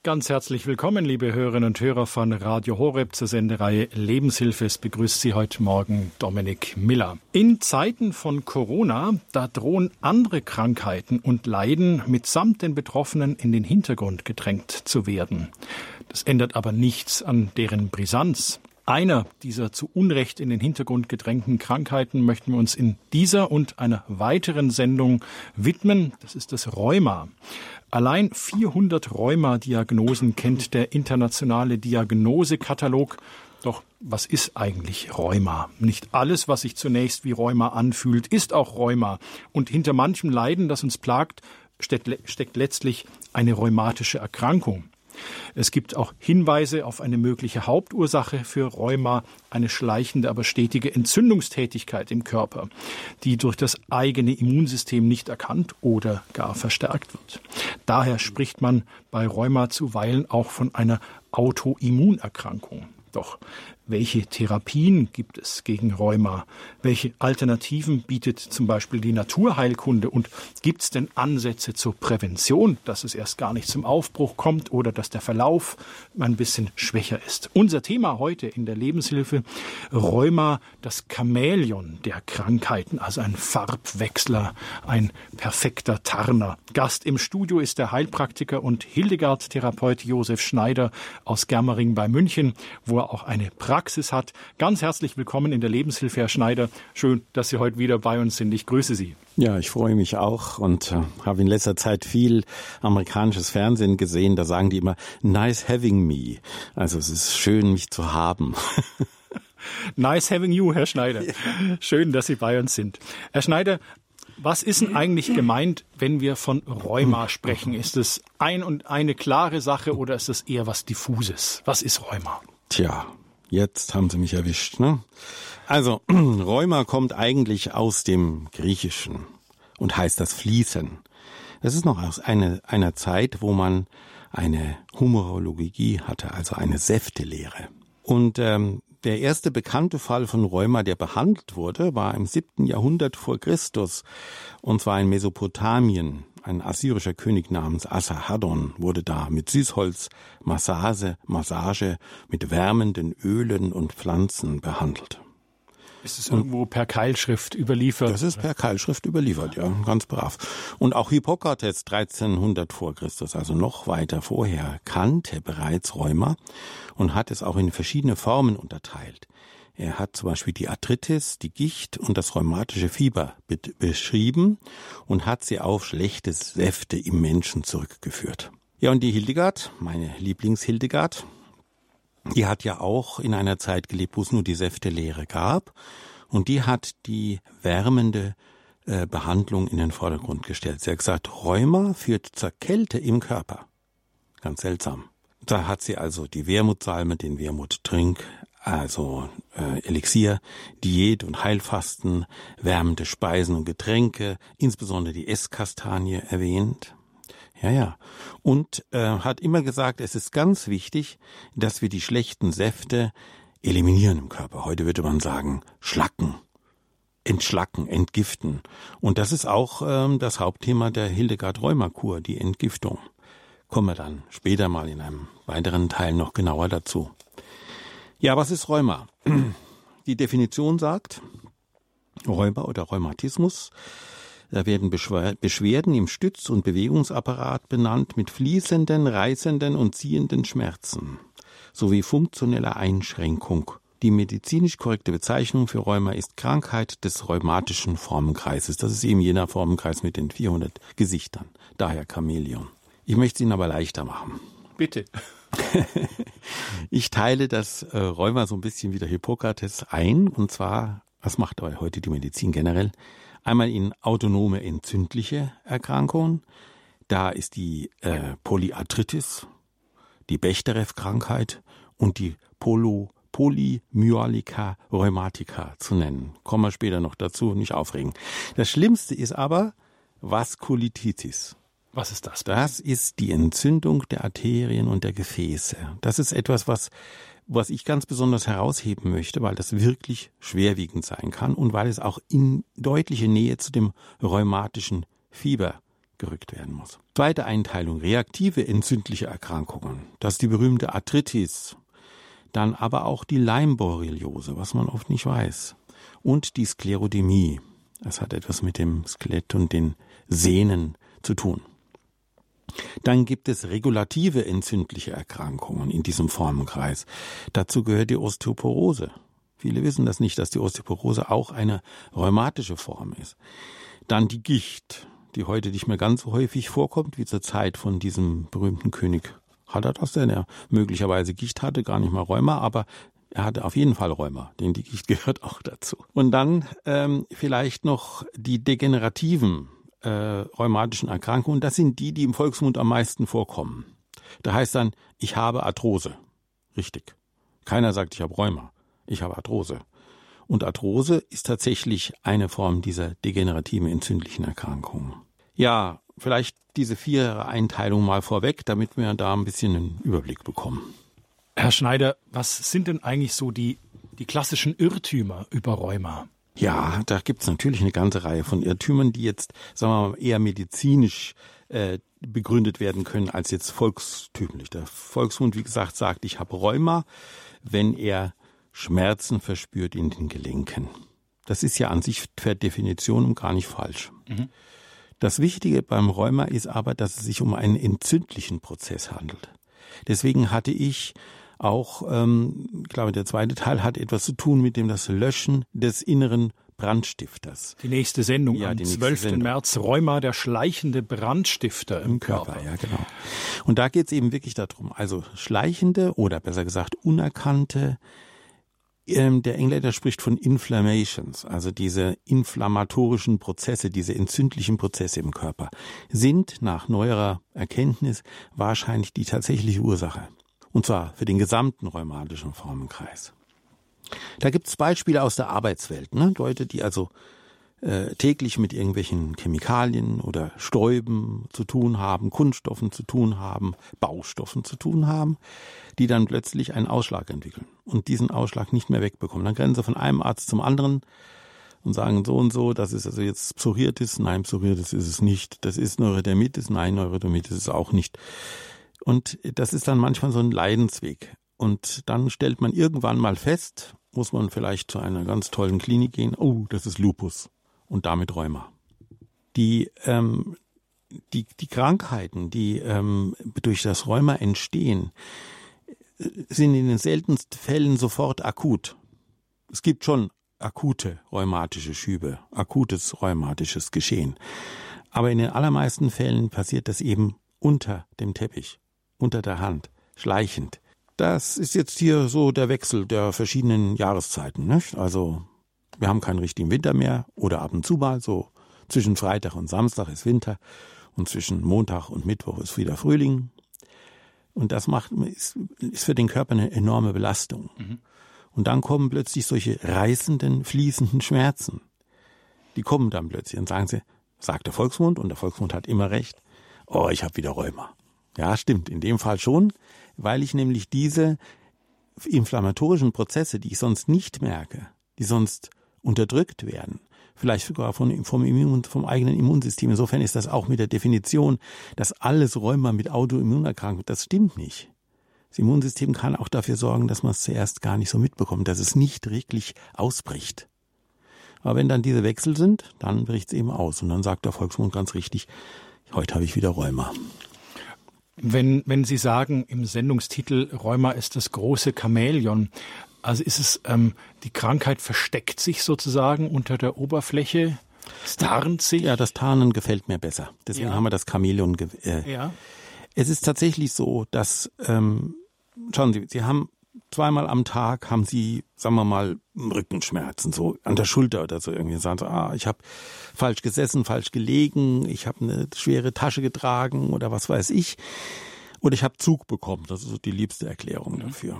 Ganz herzlich willkommen, liebe Hörerinnen und Hörer von Radio Horeb zur Sendereihe Lebenshilfe. Es begrüßt Sie heute Morgen Dominik Miller. In Zeiten von Corona, da drohen andere Krankheiten und Leiden mitsamt den Betroffenen in den Hintergrund gedrängt zu werden. Das ändert aber nichts an deren Brisanz. Einer dieser zu Unrecht in den Hintergrund gedrängten Krankheiten möchten wir uns in dieser und einer weiteren Sendung widmen. Das ist das Rheuma. Allein 400 Rheuma-Diagnosen kennt der internationale Diagnosekatalog. Doch was ist eigentlich Rheuma? Nicht alles, was sich zunächst wie Rheuma anfühlt, ist auch Rheuma. Und hinter manchem Leiden, das uns plagt, steckt letztlich eine rheumatische Erkrankung. Es gibt auch Hinweise auf eine mögliche Hauptursache für Rheuma, eine schleichende, aber stetige Entzündungstätigkeit im Körper, die durch das eigene Immunsystem nicht erkannt oder gar verstärkt wird. Daher spricht man bei Rheuma zuweilen auch von einer Autoimmunerkrankung. Doch welche Therapien gibt es gegen Rheuma? Welche Alternativen bietet zum Beispiel die Naturheilkunde? Und gibt es denn Ansätze zur Prävention, dass es erst gar nicht zum Aufbruch kommt oder dass der Verlauf ein bisschen schwächer ist? Unser Thema heute in der Lebenshilfe: Rheuma, das Chamäleon der Krankheiten, also ein Farbwechsler, ein perfekter Tarner. Gast im Studio ist der Heilpraktiker und Hildegard-Therapeut Josef Schneider aus Germering bei München, wo er auch eine Praxis hat. Ganz herzlich willkommen in der Lebenshilfe, Herr Schneider. Schön, dass Sie heute wieder bei uns sind. Ich grüße Sie. Ja, ich freue mich auch und habe in letzter Zeit viel amerikanisches Fernsehen gesehen. Da sagen die immer, nice having me. Also es ist schön, mich zu haben. Nice having you, Herr Schneider. Schön, dass Sie bei uns sind. Herr Schneider, was ist denn eigentlich gemeint, wenn wir von Rheuma sprechen? Ist es eine klare Sache oder ist es eher was Diffuses? Was ist Rheuma? Tja, jetzt haben Sie mich erwischt, ne? Also, Rheuma kommt eigentlich aus dem Griechischen und heißt das Fließen. Das ist noch aus einer Zeit, wo man eine Humorologie hatte, also eine Säftelehre. Und der erste bekannte Fall von Rheuma, der behandelt wurde, war im 7. Jahrhundert vor Christus, und zwar in Mesopotamien. Ein assyrischer König namens Asarhaddon wurde da mit Süßholzmassage mit wärmenden Ölen und Pflanzen behandelt. Ist es irgendwo per Keilschrift überliefert? Das ist per Keilschrift überliefert, ja, ganz brav. Und auch Hippokrates 1300 vor Christus, also noch weiter vorher, kannte bereits Rheuma und hat es auch in verschiedene Formen unterteilt. Er hat zum Beispiel die Arthritis, die Gicht und das rheumatische Fieber beschrieben und hat sie auf schlechte Säfte im Menschen zurückgeführt. Ja, und die Hildegard, meine Lieblings-Hildegard, die hat ja auch in einer Zeit gelebt, wo es nur die Säftelehre gab. Und die hat die wärmende Behandlung in den Vordergrund gestellt. Sie hat gesagt, Rheuma führt zur Kälte im Körper. Ganz seltsam. Da hat sie also die Wermutsalme, den Wermuttrink, also Elixier, Diät und Heilfasten, wärmende Speisen und Getränke, insbesondere die Esskastanie erwähnt. Ja. Und hat immer gesagt, es ist ganz wichtig, dass wir die schlechten Säfte eliminieren im Körper. Heute würde man sagen, entschlacken, entgiften. Und das ist auch das Hauptthema der Hildegard-Rheuma-Kur, die Entgiftung. Kommen wir dann später mal in einem weiteren Teil noch genauer dazu. Ja, was ist Rheuma? Die Definition sagt, Rheuma oder Rheumatismus, da werden Beschwerden im Stütz- und Bewegungsapparat benannt mit fließenden, reißenden und ziehenden Schmerzen sowie funktioneller Einschränkung. Die medizinisch korrekte Bezeichnung für Rheuma ist Krankheit des rheumatischen Formenkreises. Das ist eben jener Formenkreis mit den 400 Gesichtern, daher Chamäleon. Ich möchte es Ihnen aber leichter machen. Bitte. Ich teile das Rheuma so ein bisschen wie der Hippokrates ein, und zwar, was macht aber heute die Medizin generell? Einmal in autonome entzündliche Erkrankungen, da ist die Polyarthritis, die Bechterew-Krankheit und die Polymyalgia rheumatica zu nennen. Kommen wir später noch dazu, nicht aufregen. Das Schlimmste ist aber Vaskulitis. Was ist das? Das ist die Entzündung der Arterien und der Gefäße. Das ist etwas, was ich ganz besonders herausheben möchte, weil das wirklich schwerwiegend sein kann und weil es auch in deutliche Nähe zu dem rheumatischen Fieber gerückt werden muss. Zweite Einteilung, reaktive entzündliche Erkrankungen. Das ist die berühmte Arthritis. Dann aber auch die Leimborreliose, was man oft nicht weiß. Und die Sklerodämie. Das hat etwas mit dem Skelett und den Sehnen zu tun. Dann gibt es regulative entzündliche Erkrankungen in diesem Formenkreis. Dazu gehört die Osteoporose. Viele wissen das nicht, dass die Osteoporose auch eine rheumatische Form ist. Dann die Gicht, die heute nicht mehr ganz so häufig vorkommt, wie zur Zeit von diesem berühmten König Hadadas, der möglicherweise Gicht hatte, gar nicht mal Rheuma, aber er hatte auf jeden Fall Rheuma, denn die Gicht gehört auch dazu. Und dann vielleicht noch die degenerativen rheumatischen Erkrankungen, das sind die im Volksmund am meisten vorkommen. Da heißt dann, ich habe Arthrose. Richtig. Keiner sagt, ich habe Rheuma. Ich habe Arthrose. Und Arthrose ist tatsächlich eine Form dieser degenerativen entzündlichen Erkrankungen. Ja, vielleicht diese 4 Einteilungen mal vorweg, damit wir da ein bisschen einen Überblick bekommen. Herr Schneider, was sind denn eigentlich so die klassischen Irrtümer über Rheuma? Ja, da gibt's natürlich eine ganze Reihe von Irrtümern, die jetzt, sagen wir mal, eher medizinisch begründet werden können als jetzt volkstümlich. Der Volksmund, wie gesagt, sagt, ich habe Rheuma, wenn er Schmerzen verspürt in den Gelenken. Das ist ja an sich per Definition gar nicht falsch. Mhm. Das Wichtige beim Rheuma ist aber, dass es sich um einen entzündlichen Prozess handelt. Deswegen hatte ich auch, ich glaube, der zweite Teil hat etwas zu tun mit das Löschen des inneren Brandstifters. Die nächste Sendung am 12. März, Rheuma, der schleichende Brandstifter im Körper. Ja, genau. Und da geht es eben wirklich darum, also schleichende oder besser gesagt unerkannte, der Engländer spricht von Inflammations, also diese inflammatorischen Prozesse, diese entzündlichen Prozesse im Körper, sind nach neuerer Erkenntnis wahrscheinlich die tatsächliche Ursache. Und zwar für den gesamten rheumatischen Formenkreis. Da gibt es Beispiele aus der Arbeitswelt, ne? Leute, die also täglich mit irgendwelchen Chemikalien oder Stäuben zu tun haben, Kunststoffen zu tun haben, Baustoffen zu tun haben, die dann plötzlich einen Ausschlag entwickeln und diesen Ausschlag nicht mehr wegbekommen. Dann rennen sie von einem Arzt zum anderen und sagen so und so, das ist also jetzt Psoriasis, nein, Psoriasis ist es nicht, das ist Neurodermitis, nein, Neurodermitis ist es auch nicht. Und das ist dann manchmal so ein Leidensweg. Und dann stellt man irgendwann mal fest, muss man vielleicht zu einer ganz tollen Klinik gehen, oh, das ist Lupus. Und damit Rheuma. Die Krankheiten, die durch das Rheuma entstehen, sind in den seltensten Fällen sofort akut. Es gibt schon akute rheumatische Schübe, akutes rheumatisches Geschehen. Aber in den allermeisten Fällen passiert das eben unter dem Teppich, unter der Hand, schleichend. Das ist jetzt hier so der Wechsel der verschiedenen Jahreszeiten, nicht? Also wir haben keinen richtigen Winter mehr oder ab und zu mal, so zwischen Freitag und Samstag ist Winter und zwischen Montag und Mittwoch ist wieder Frühling. Und das ist für den Körper eine enorme Belastung. Mhm. Und dann kommen plötzlich solche reißenden, fließenden Schmerzen. Die kommen dann plötzlich und sagen sie, sagt der Volksmund, und der Volksmund hat immer recht, oh, ich habe wieder Rheuma. Ja, stimmt, in dem Fall schon, weil ich nämlich diese inflammatorischen Prozesse, die ich sonst nicht merke, die sonst unterdrückt werden, vielleicht sogar vom eigenen Immunsystem. Insofern ist das auch mit der Definition, dass alles Rheuma mit Autoimmunerkrankung, das stimmt nicht. Das Immunsystem kann auch dafür sorgen, dass man es zuerst gar nicht so mitbekommt, dass es nicht wirklich ausbricht. Aber wenn dann diese Wechsel sind, dann bricht es eben aus. Und dann sagt der Volksmund ganz richtig, heute habe ich wieder Rheuma. Wenn Sie sagen im Sendungstitel, Rheuma ist das große Chamäleon, also ist es, die Krankheit versteckt sich sozusagen unter der Oberfläche, es tarnt sich? Ja, das Tarnen gefällt mir besser. Deswegen haben wir das Chamäleon. Ja. Es ist tatsächlich so, dass, schauen Sie, Sie haben zweimal am Tag, haben Sie, sagen wir mal, Rückenschmerzen, so an der Schulter oder so irgendwie. Sagen Sie, ich habe falsch gesessen, falsch gelegen, ich habe eine schwere Tasche getragen oder was weiß ich. Oder ich habe Zug bekommen, das ist so die liebste Erklärung dafür.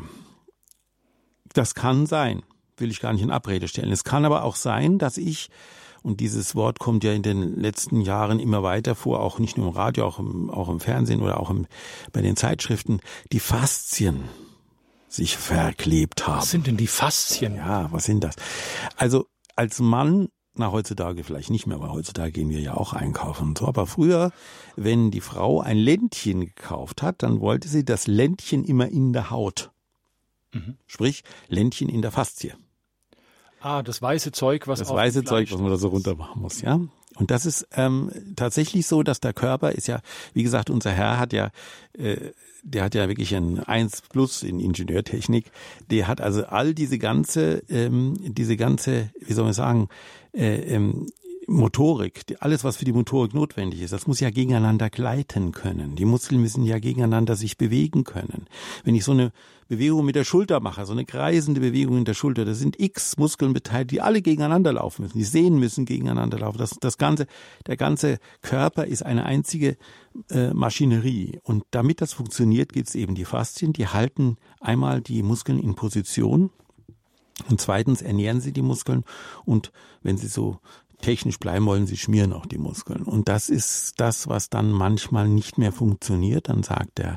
Das kann sein, will ich gar nicht in Abrede stellen. Es kann aber auch sein, dass ich, und dieses Wort kommt ja in den letzten Jahren immer weiter vor, auch nicht nur im Radio, auch im Fernsehen oder auch bei den Zeitschriften, die Faszien sich verklebt haben. Was sind denn die Faszien? Ja, was sind das? Also als Mann Heutzutage vielleicht nicht mehr, weil heutzutage gehen wir ja auch einkaufen und so. Aber früher, wenn die Frau ein Ländchen gekauft hat, dann wollte sie das Ländchen immer in der Haut. Sprich, Ländchen in der Faszie. Das weiße Zeug, was man da so runter machen muss, ja. Und das ist tatsächlich so, dass der Körper ist ja, wie gesagt, unser Herr hat ja, der hat ja wirklich ein 1+ in Ingenieurtechnik. Der hat also all diese ganze, wie soll man sagen, Motorik, alles, was für die Motorik notwendig ist, das muss ja gegeneinander gleiten können. Die Muskeln müssen ja gegeneinander sich bewegen können. Wenn ich so eine Bewegung mit der Schulter mache, so eine kreisende Bewegung in der Schulter, da sind x Muskeln beteiligt, die alle gegeneinander laufen müssen. Die Sehnen müssen gegeneinander laufen. Der ganze Körper ist eine einzige Maschinerie. Und damit das funktioniert, gibt es eben die Faszien, die halten einmal die Muskeln in Position und zweitens ernähren sie die Muskeln und wenn sie so technisch bleiben wollen, sie schmieren auch die Muskeln. Und das ist das, was dann manchmal nicht mehr funktioniert. Dann sagt der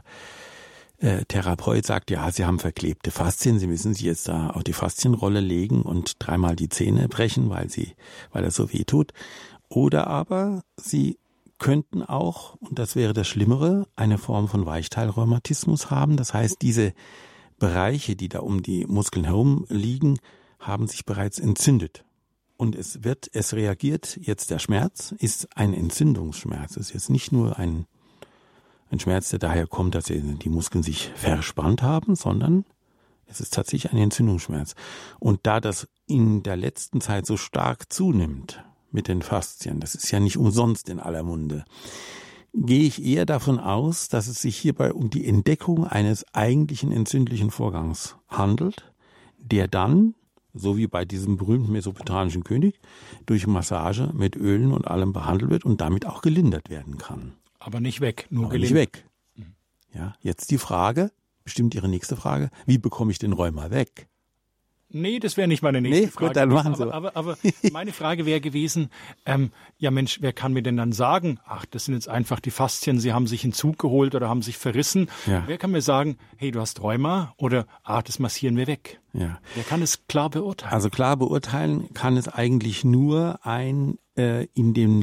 Therapeut, ja, Sie haben verklebte Faszien, Sie müssen sich jetzt da auf die Faszienrolle legen und 3-mal die Zähne brechen, weil das so weh tut. Oder aber Sie könnten auch, und das wäre das Schlimmere, eine Form von Weichteilrheumatismus haben. Das heißt, diese Bereiche, die da um die Muskeln herum liegen, haben sich bereits entzündet. Und es reagiert jetzt, der Schmerz ist ein Entzündungsschmerz. Es ist jetzt nicht nur ein Schmerz, der daher kommt, dass die Muskeln sich verspannt haben, sondern es ist tatsächlich ein Entzündungsschmerz. Und da das in der letzten Zeit so stark zunimmt mit den Faszien, das ist ja nicht umsonst in aller Munde, gehe ich eher davon aus, dass es sich hierbei um die Entdeckung eines eigentlichen entzündlichen Vorgangs handelt, der dann, so wie bei diesem berühmten mesopotamischen König, durch Massage mit Ölen und allem behandelt wird und damit auch gelindert werden kann. Aber nicht weg, nur gelindert. Nicht weg. Ja, jetzt die Frage, bestimmt Ihre nächste Frage, wie bekomme ich den Rheuma weg? Nee, das wäre nicht meine nächste Frage. Gut, dann machen Sie. Aber meine Frage wäre gewesen, ja Mensch, wer kann mir denn dann sagen, das sind jetzt einfach die Faszien, Sie haben sich einen Zug geholt oder haben sich verrissen. Ja. Wer kann mir sagen, hey, du hast Rheuma oder das massieren wir weg? Ja. Wer kann es klar beurteilen? Also klar beurteilen kann es eigentlich nur ein in den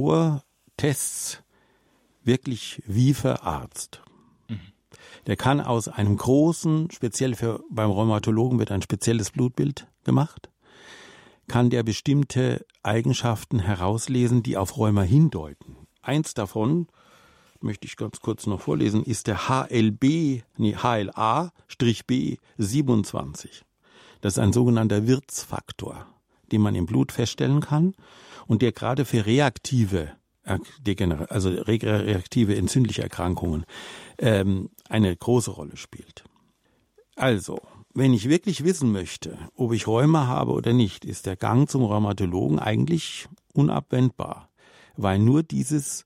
Labortests wirklich wiefer Arzt. Der kann aus einem großen, beim Rheumatologen wird ein spezielles Blutbild gemacht, kann der bestimmte Eigenschaften herauslesen, die auf Rheuma hindeuten. Eins davon, möchte ich ganz kurz noch vorlesen, ist der HLA-B27. Das ist ein sogenannter Wirtsfaktor, den man im Blut feststellen kann und der gerade für reaktive entzündliche Erkrankungen eine große Rolle spielt. Also, wenn ich wirklich wissen möchte, ob ich Rheuma habe oder nicht, ist der Gang zum Rheumatologen eigentlich unabwendbar, weil nur dieses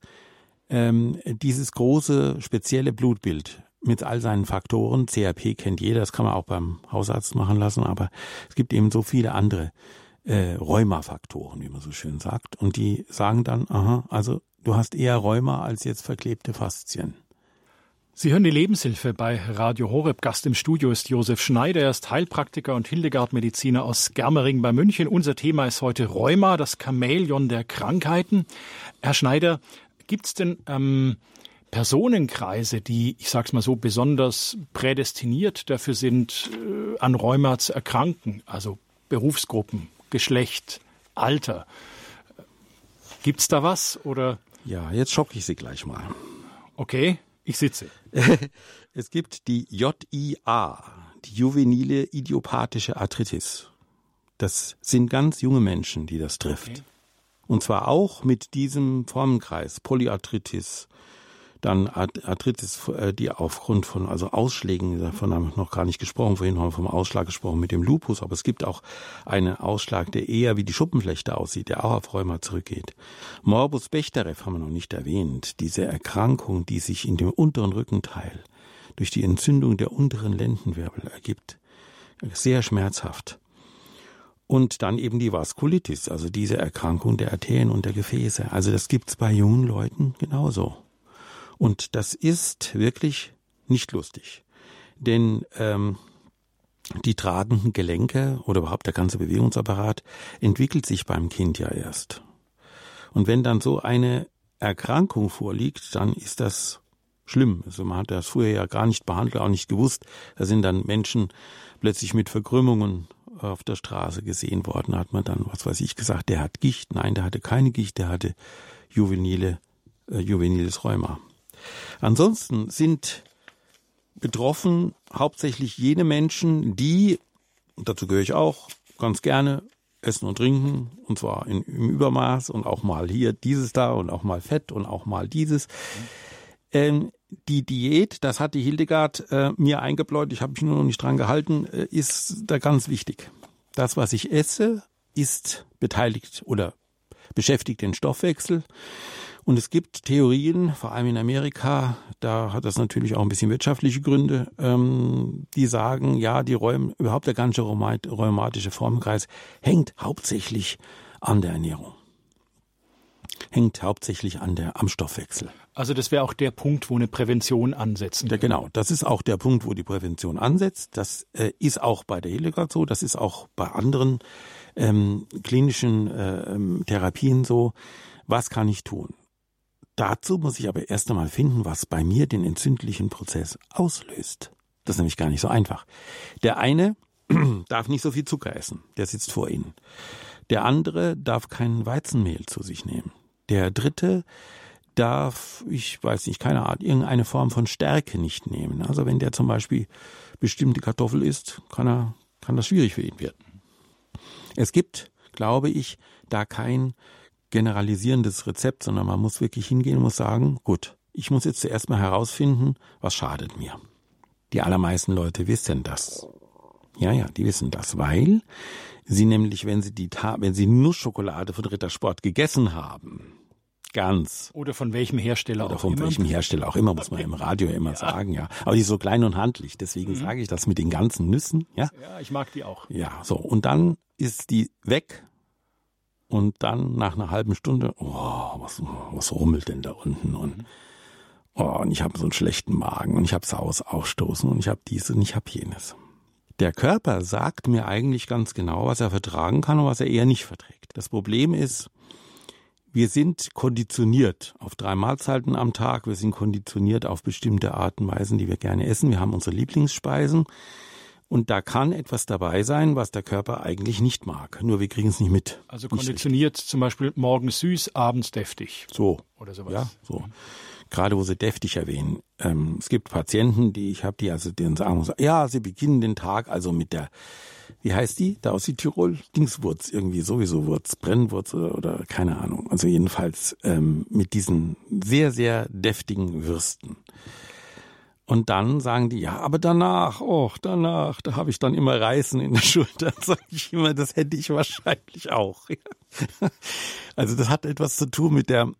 große spezielle Blutbild mit all seinen Faktoren, CRP kennt jeder, das kann man auch beim Hausarzt machen lassen, aber es gibt eben so viele andere Rheumafaktoren, wie man so schön sagt. Und die sagen dann, also du hast eher Rheuma als jetzt verklebte Faszien. Sie hören die Lebenshilfe bei Radio Horeb. Gast im Studio ist Josef Schneider. Er ist Heilpraktiker und Hildegard-Mediziner aus Germering bei München. Unser Thema ist heute Rheuma, das Chamäleon der Krankheiten. Herr Schneider, gibt es denn Personenkreise, die, ich sag's mal so, besonders prädestiniert dafür sind, an Rheuma zu erkranken? Also Berufsgruppen, Geschlecht, Alter. Gibt's da was oder? Ja, jetzt schocke ich Sie gleich mal. Okay, ich sitze. Es gibt die JIA, die juvenile idiopathische Arthritis. Das sind ganz junge Menschen, die das trifft. Okay. Und zwar auch mit diesem Formenkreis, Polyarthritis, dann Arthritis, die aufgrund von Ausschlägen, davon haben wir noch gar nicht gesprochen, vorhin haben wir vom Ausschlag gesprochen mit dem Lupus, aber es gibt auch einen Ausschlag, der eher wie die Schuppenflechte aussieht, der auch auf Rheuma zurückgeht. Morbus Bechterew haben wir noch nicht erwähnt, diese Erkrankung, die sich in dem unteren Rückenteil durch die Entzündung der unteren Lendenwirbel ergibt, sehr schmerzhaft. Und dann eben die Vaskulitis, also diese Erkrankung der Arterien und der Gefäße. Also das gibt's bei jungen Leuten genauso. Und das ist wirklich nicht lustig. Denn die tragenden Gelenke oder überhaupt der ganze Bewegungsapparat entwickelt sich beim Kind ja erst. Und wenn dann so eine Erkrankung vorliegt, dann ist das schlimm. Also man hat das früher ja gar nicht behandelt, auch nicht gewusst. Da sind dann Menschen plötzlich mit Verkrümmungen auf der Straße gesehen worden. Da hat man dann, was weiß ich, gesagt, der hat Gicht. Nein, der hatte keine Gicht, der hatte juveniles Rheuma. Ansonsten sind betroffen hauptsächlich jene Menschen, die, und dazu gehöre ich auch, ganz gerne essen und trinken, und zwar im Übermaß und auch mal hier dieses da und auch mal Fett und auch mal dieses. Die Diät, das hat die Hildegard mir eingebläut, ich habe mich nur noch nicht dran gehalten, ist da ganz wichtig. Das, was ich esse, ist beteiligt oder beschäftigt den Stoffwechsel. Und es gibt Theorien, vor allem in Amerika, da hat das natürlich auch ein bisschen wirtschaftliche Gründe, die sagen, ja, überhaupt der ganze rheumatische Formenkreis hängt hauptsächlich an der Ernährung. Hängt hauptsächlich am Stoffwechsel. Also das wäre auch der Punkt, wo eine Prävention ansetzen kann. Ja, genau, das ist auch der Punkt, wo die Prävention ansetzt. Das ist auch bei der Hildegard so, das ist auch bei anderen klinischen Therapien so. Was kann ich tun? Dazu muss ich aber erst einmal finden, was bei mir den entzündlichen Prozess auslöst. Das ist nämlich gar nicht so einfach. Der eine darf nicht so viel Zucker essen, der sitzt vor Ihnen. Der andere darf kein Weizenmehl zu sich nehmen. Der dritte darf, ich weiß nicht, keine Art, irgendeine Form von Stärke nicht nehmen. Also wenn der zum Beispiel bestimmte Kartoffel isst, kann das schwierig für ihn werden. Es gibt, glaube ich, da kein generalisierendes Rezept, sondern man muss wirklich hingehen und muss sagen, gut, ich muss jetzt zuerst mal herausfinden, was schadet mir. Die allermeisten Leute wissen das. Ja, die wissen das, weil sie nämlich, wenn sie Nussschokolade von Rittersport gegessen haben, oder von welchem Hersteller auch immer. Welchem Hersteller auch immer, muss man im Radio immer sagen, ja. Aber die ist so klein und handlich, deswegen sage ich das mit den ganzen Nüssen, ja. Ja, ich mag die auch. Ja, so, und dann ist die weg. Und dann nach einer halben Stunde, was rummelt denn da unten? Und ich habe so einen schlechten Magen und ich habe saues Aufstoßen und ich habe dies und ich habe jenes. Der Körper sagt mir eigentlich ganz genau, was er vertragen kann und was er eher nicht verträgt. Das Problem ist, wir sind konditioniert auf 3 Mahlzeiten am Tag. Wir sind konditioniert auf bestimmte Arten und Weisen, die wir gerne essen. Wir haben unsere Lieblingsspeisen. Und da kann etwas dabei sein, was der Körper eigentlich nicht mag. Nur wir kriegen es nicht mit. Also konditioniert zum Beispiel morgens süß, abends deftig. So. Oder sowas. Ja, so. Gerade wo Sie deftig erwähnen. Es gibt Patienten, denen sagen, ja, sie beginnen den Tag also mit der, wie heißt die? Da aus Südtirol? Dingswurz, irgendwie sowieso Wurz, Brennwurz oder keine Ahnung. Also jedenfalls mit diesen sehr, sehr deftigen Würsten. Und dann sagen die, ja, aber danach, da habe ich dann immer Reißen in der Schulter. Dann sage ich immer, das hätte ich wahrscheinlich auch. Also das hat etwas zu tun mit der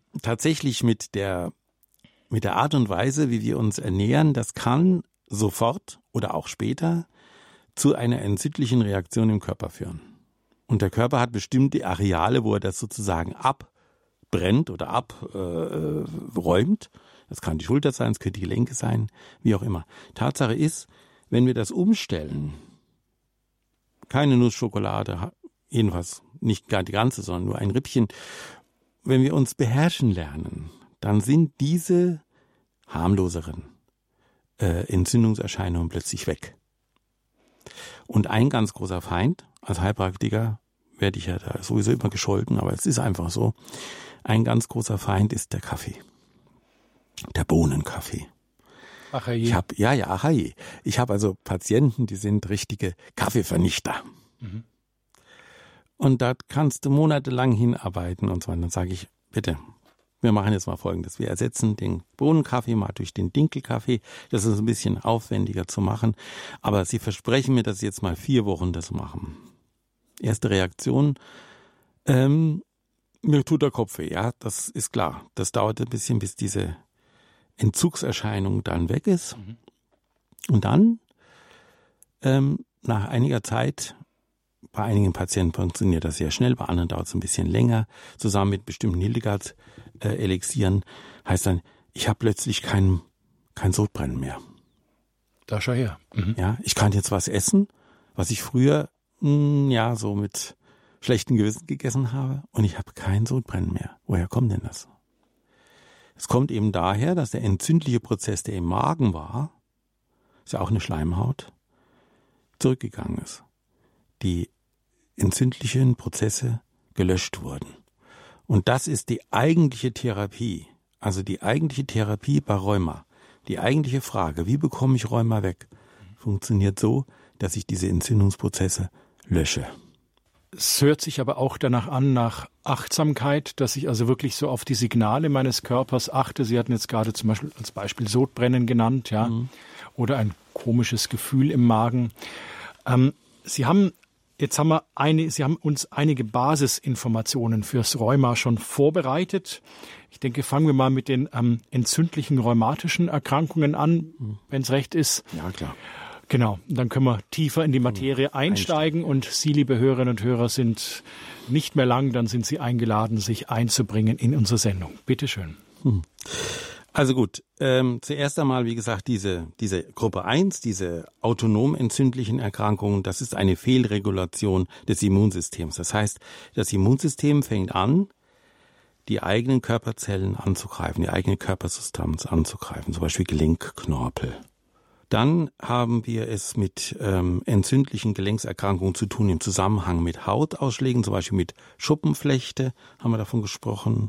Art und Weise, wie wir uns ernähren. Das kann sofort oder auch später zu einer entzündlichen Reaktion im Körper führen. Und der Körper hat bestimmte Areale, wo er das sozusagen abbrennt oder abräumt. Das kann die Schulter sein, es können die Gelenke sein, wie auch immer. Tatsache ist, wenn wir das umstellen, keine Nussschokolade, jedenfalls nicht gar die ganze, sondern nur ein Rippchen, wenn wir uns beherrschen lernen, dann sind diese harmloseren Entzündungserscheinungen plötzlich weg. Und ein ganz großer Feind, als Heilpraktiker werde ich ja da sowieso immer gescholten, aber es ist einfach so, ein ganz großer Feind ist der Kaffee. Der Bohnenkaffee. Achaje. Achaje. Ich habe also Patienten, die sind richtige Kaffeevernichter. Mhm. Und da kannst du monatelang hinarbeiten und so. Und dann sage ich, bitte, wir machen jetzt mal Folgendes. Wir ersetzen den Bohnenkaffee mal durch den Dinkelkaffee. Das ist ein bisschen aufwendiger zu machen. Aber Sie versprechen mir, dass Sie jetzt mal 4 Wochen das machen. Erste Reaktion, mir tut der Kopf weh. Ja, das ist klar. Das dauert ein bisschen, bis diese Entzugserscheinung dann weg ist. Mhm. Und dann, nach einiger Zeit, bei einigen Patienten funktioniert das sehr schnell, bei anderen dauert es ein bisschen länger, zusammen mit bestimmten Hildegard-Elixieren, heißt dann, ich habe plötzlich kein Sodbrennen mehr. Da schau her. Mhm. Ja, ich kann jetzt was essen, was ich früher so mit schlechtem Gewissen gegessen habe, und ich habe kein Sodbrennen mehr. Woher kommt denn das? Es kommt eben daher, dass der entzündliche Prozess, der im Magen war, ist ja auch eine Schleimhaut, zurückgegangen ist. Die entzündlichen Prozesse gelöscht wurden. Und das ist die eigentliche Therapie. Also die eigentliche Therapie bei Rheuma. Die eigentliche Frage, wie bekomme ich Rheuma weg, funktioniert so, dass ich diese Entzündungsprozesse lösche. Es hört sich aber auch danach an, nach Achtsamkeit, dass ich also wirklich so auf die Signale meines Körpers achte. Sie hatten jetzt gerade zum Beispiel als Beispiel Sodbrennen genannt, ja, oder ein komisches Gefühl im Magen. Sie haben uns einige Basisinformationen fürs Rheuma schon vorbereitet. Ich denke, fangen wir mal mit den entzündlichen rheumatischen Erkrankungen an, wenn es recht ist. Ja, klar. Genau, dann können wir tiefer in die Materie einsteigen und Sie, liebe Hörerinnen und Hörer, sind nicht mehr lang, dann sind Sie eingeladen, sich einzubringen in unsere Sendung. Bitte schön. Also gut, zuerst einmal, wie gesagt, diese Gruppe 1, diese autonom entzündlichen Erkrankungen, das ist eine Fehlregulation des Immunsystems. Das heißt, das Immunsystem fängt an, die eigenen Körperzellen anzugreifen, die eigene Körpersubstanz anzugreifen, zum Beispiel Gelenkknorpel. Dann haben wir es mit entzündlichen Gelenkserkrankungen zu tun im Zusammenhang mit Hautausschlägen, zum Beispiel mit Schuppenflechte, haben wir davon gesprochen.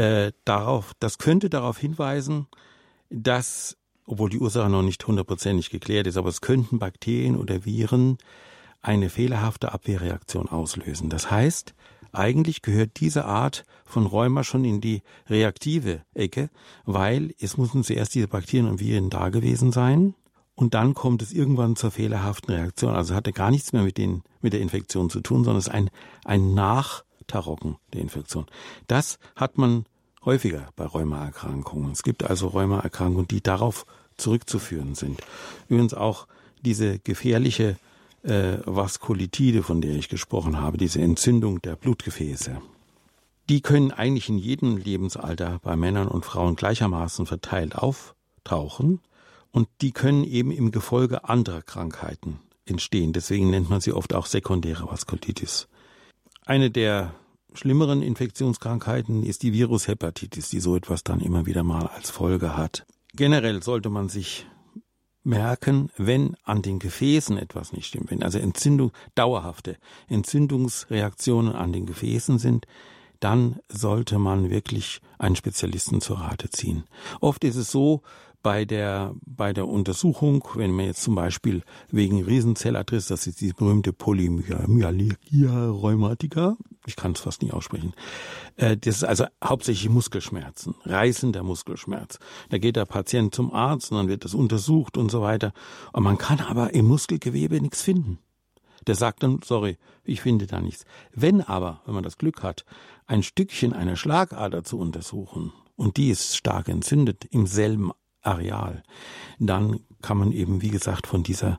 Das könnte darauf hinweisen, dass, obwohl die Ursache noch nicht 100% geklärt ist, aber es könnten Bakterien oder Viren eine fehlerhafte Abwehrreaktion auslösen. Das heißt, eigentlich gehört diese Art von Rheuma schon in die reaktive Ecke, weil es müssen zuerst diese Bakterien und Viren da gewesen sein. Und dann kommt es irgendwann zur fehlerhaften Reaktion. Also hatte gar nichts mehr mit der Infektion zu tun, sondern es ist ein Nachtarocken der Infektion. Das hat man häufiger bei Rheumaerkrankungen. Es gibt also Rheumaerkrankungen, die darauf zurückzuführen sind. Übrigens auch diese gefährliche Vaskulitide, von der ich gesprochen habe, diese Entzündung der Blutgefäße. Die können eigentlich in jedem Lebensalter bei Männern und Frauen gleichermaßen verteilt auftauchen. Und die können eben im Gefolge anderer Krankheiten entstehen. Deswegen nennt man sie oft auch sekundäre Vaskulitis. Eine der schlimmeren Infektionskrankheiten ist die Virushepatitis, die so etwas dann immer wieder mal als Folge hat. Generell sollte man sich merken, wenn an den Gefäßen etwas nicht stimmt, wenn also dauerhafte Entzündungsreaktionen an den Gefäßen sind, dann sollte man wirklich einen Spezialisten zur Rate ziehen. Oft ist es so, bei der Untersuchung, wenn man jetzt zum Beispiel wegen Riesenzelladriss, das ist die berühmte Polymyalgia rheumatica, ich kann es fast nicht aussprechen, das ist also hauptsächlich Muskelschmerzen, reißender Muskelschmerz. Da geht der Patient zum Arzt und dann wird das untersucht und so weiter. Und man kann aber im Muskelgewebe nichts finden. Der sagt dann, sorry, ich finde da nichts. Wenn man das Glück hat, ein Stückchen einer Schlagader zu untersuchen und die ist stark entzündet im selben Areal, dann kann man eben, wie gesagt, von dieser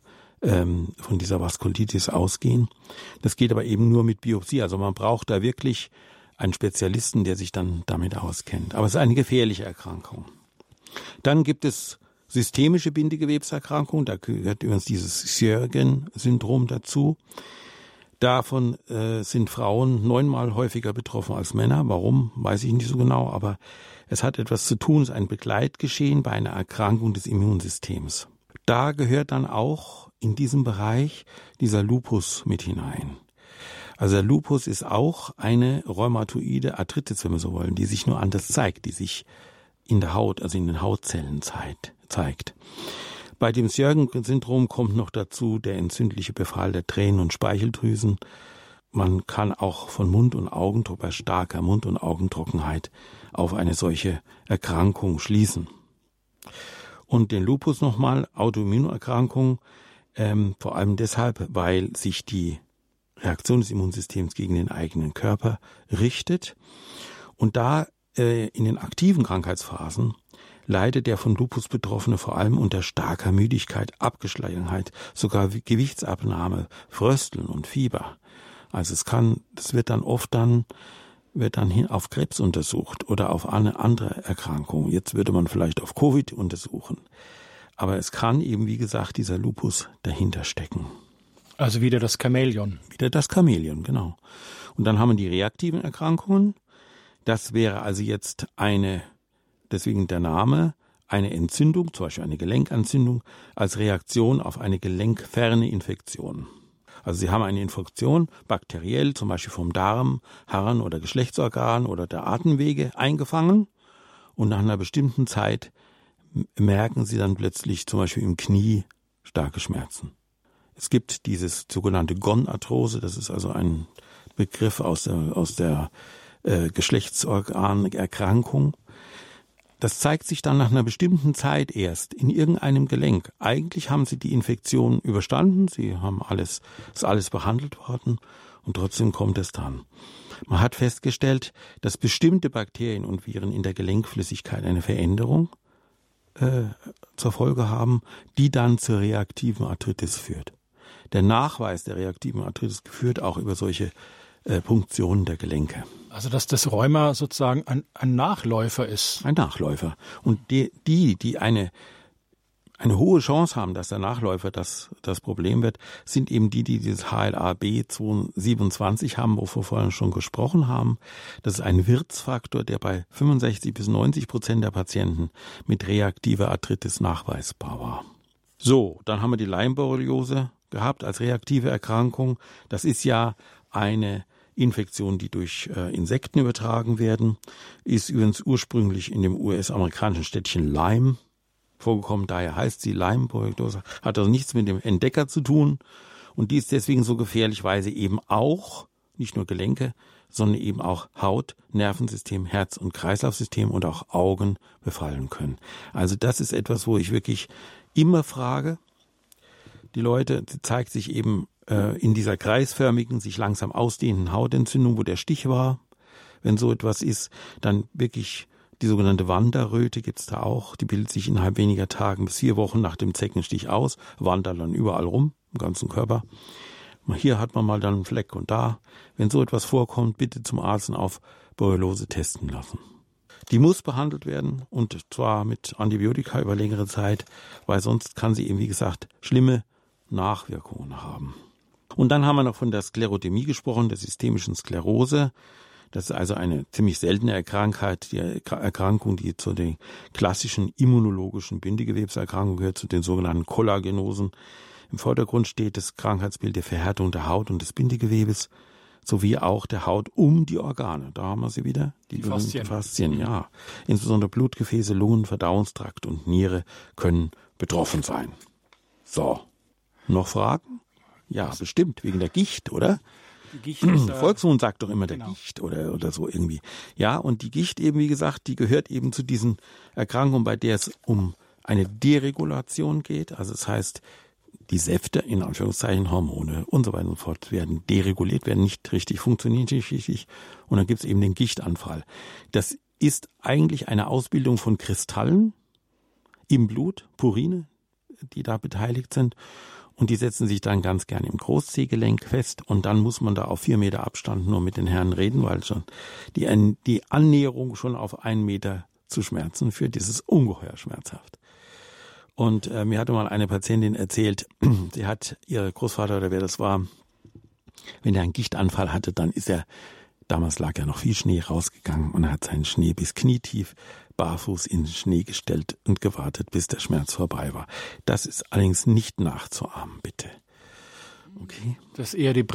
Vaskulitis ausgehen. Das geht aber eben nur mit Biopsie. Also man braucht da wirklich einen Spezialisten, der sich dann damit auskennt. Aber es ist eine gefährliche Erkrankung. Dann gibt es systemische Bindegewebserkrankungen. Da gehört übrigens dieses Sjögren-Syndrom dazu. Davon sind Frauen 9-mal häufiger betroffen als Männer. Warum, weiß ich nicht so genau, aber es hat etwas zu tun, es ist ein Begleitgeschehen bei einer Erkrankung des Immunsystems. Da gehört dann auch in diesem Bereich dieser Lupus mit hinein. Also der Lupus ist auch eine rheumatoide Arthritis, wenn wir so wollen, die sich nur anders zeigt, die sich in der Haut, also in den Hautzellen zeigt. Bei dem Sjögren-Syndrom kommt noch dazu der entzündliche Befall der Tränen- und Speicheldrüsen. Man kann auch von Mund- und Augendruck, bei starker Mund- und Augentrockenheit auf eine solche Erkrankung schließen. Und den Lupus nochmal, Autoimmunerkrankung, vor allem deshalb, weil sich die Reaktion des Immunsystems gegen den eigenen Körper richtet. Und da in den aktiven Krankheitsphasen leidet der von Lupus Betroffene vor allem unter starker Müdigkeit, Abgeschlagenheit, sogar Gewichtsabnahme, Frösteln und Fieber. Also das wird dann hin auf Krebs untersucht oder auf eine andere Erkrankung. Jetzt würde man vielleicht auf Covid untersuchen. Aber es kann eben, wie gesagt, dieser Lupus dahinter stecken. Also wieder das Chamäleon. Wieder das Chamäleon, genau. Und dann haben wir die reaktiven Erkrankungen. Das wäre also jetzt deswegen der Name, eine Entzündung, zum Beispiel eine Gelenkentzündung, als Reaktion auf eine gelenkferne Infektion. Also Sie haben eine Infektion, bakteriell, zum Beispiel vom Darm, Harn- oder Geschlechtsorgan oder der Atemwege eingefangen. Und nach einer bestimmten Zeit merken Sie dann plötzlich zum Beispiel im Knie starke Schmerzen. Es gibt dieses sogenannte Gonarthrose, das ist also ein Begriff aus der Geschlechtsorganerkrankung. Das zeigt sich dann nach einer bestimmten Zeit erst in irgendeinem Gelenk. Eigentlich haben Sie die Infektion überstanden, ist alles behandelt worden und trotzdem kommt es dann. Man hat festgestellt, dass bestimmte Bakterien und Viren in der Gelenkflüssigkeit eine Veränderung zur Folge haben, die dann zur reaktiven Arthritis führt. Der Nachweis der reaktiven Arthritis führt auch über solche Punktionen der Gelenke. Also dass das Rheuma sozusagen ein Nachläufer ist. Ein Nachläufer. Und die eine hohe Chance haben, dass der Nachläufer das Problem wird, sind eben die dieses HLA-B27 haben, wovon wir vorhin schon gesprochen haben. Das ist ein Wirtsfaktor, der bei 65-90% der Patienten mit reaktiver Arthritis nachweisbar war. So, dann haben wir die Lyme-Borreliose gehabt als reaktive Erkrankung. Das ist ja eine Infektionen, die durch Insekten übertragen werden, ist übrigens ursprünglich in dem US-amerikanischen Städtchen Lyme vorgekommen. Daher heißt sie Lyme-Borreliose, hat also nichts mit dem Entdecker zu tun. Und die ist deswegen so gefährlich, weil sie eben auch, nicht nur Gelenke, sondern eben auch Haut, Nervensystem, Herz- und Kreislaufsystem und auch Augen befallen können. Also das ist etwas, wo ich wirklich immer frage, die Leute, sie zeigt sich eben in dieser kreisförmigen, sich langsam ausdehnenden Hautentzündung, wo der Stich war. Wenn so etwas ist, dann wirklich die sogenannte Wanderröte gibt's da auch. Die bildet sich innerhalb weniger Tagen bis 4 Wochen nach dem Zeckenstich aus, wandert dann überall rum, im ganzen Körper. Hier hat man mal dann einen Fleck und da. Wenn so etwas vorkommt, bitte zum Arzt auf Borreliose testen lassen. Die muss behandelt werden und zwar mit Antibiotika über längere Zeit, weil sonst kann sie eben, wie gesagt, schlimme Nachwirkungen haben. Und dann haben wir noch von der Sklerodermie gesprochen, der systemischen Sklerose. Das ist also eine ziemlich seltene Krankheit, die Erkrankung, die zu den klassischen immunologischen Bindegewebserkrankungen gehört, zu den sogenannten Kollagenosen. Im Vordergrund steht das Krankheitsbild der Verhärtung der Haut und des Bindegewebes, sowie auch der Haut um die Organe. Da haben wir sie wieder, die Faszien, ja. Insbesondere Blutgefäße, Lungen, Verdauungstrakt und Niere können betroffen sein. So, noch Fragen? Ja, bestimmt, wegen der Gicht, oder? Die Gicht ist, Volksmund sagt doch immer der Gicht oder so irgendwie. Ja, und die Gicht eben, wie gesagt, die gehört eben zu diesen Erkrankungen, bei der es um eine Deregulation geht. Also das heißt, die Säfte, in Anführungszeichen Hormone und so weiter und so fort, werden dereguliert, werden nicht richtig, funktionieren nicht richtig. Und dann gibt es eben den Gichtanfall. Das ist eigentlich eine Ausbildung von Kristallen im Blut, Purine, die da beteiligt sind. Und die setzen sich dann ganz gerne im Großzehgelenk fest. Und dann muss man da auf 4 Meter Abstand nur mit den Herren reden, weil schon die Annäherung schon auf 1 Meter zu Schmerzen führt. Das ist ungeheuer schmerzhaft. Und mir hatte mal eine Patientin erzählt, sie hat ihr Großvater oder wer das war, wenn er einen Gichtanfall hatte, dann ist er, damals lag ja noch viel Schnee, rausgegangen und er hat seinen Schnee bis knietief barfuß in den Schnee gestellt und gewartet, bis der Schmerz vorbei war. Das ist allerdings nicht nachzuahmen, bitte. Okay. Das ist eher die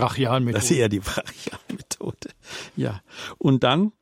Brachialmethode. Ja. Und dann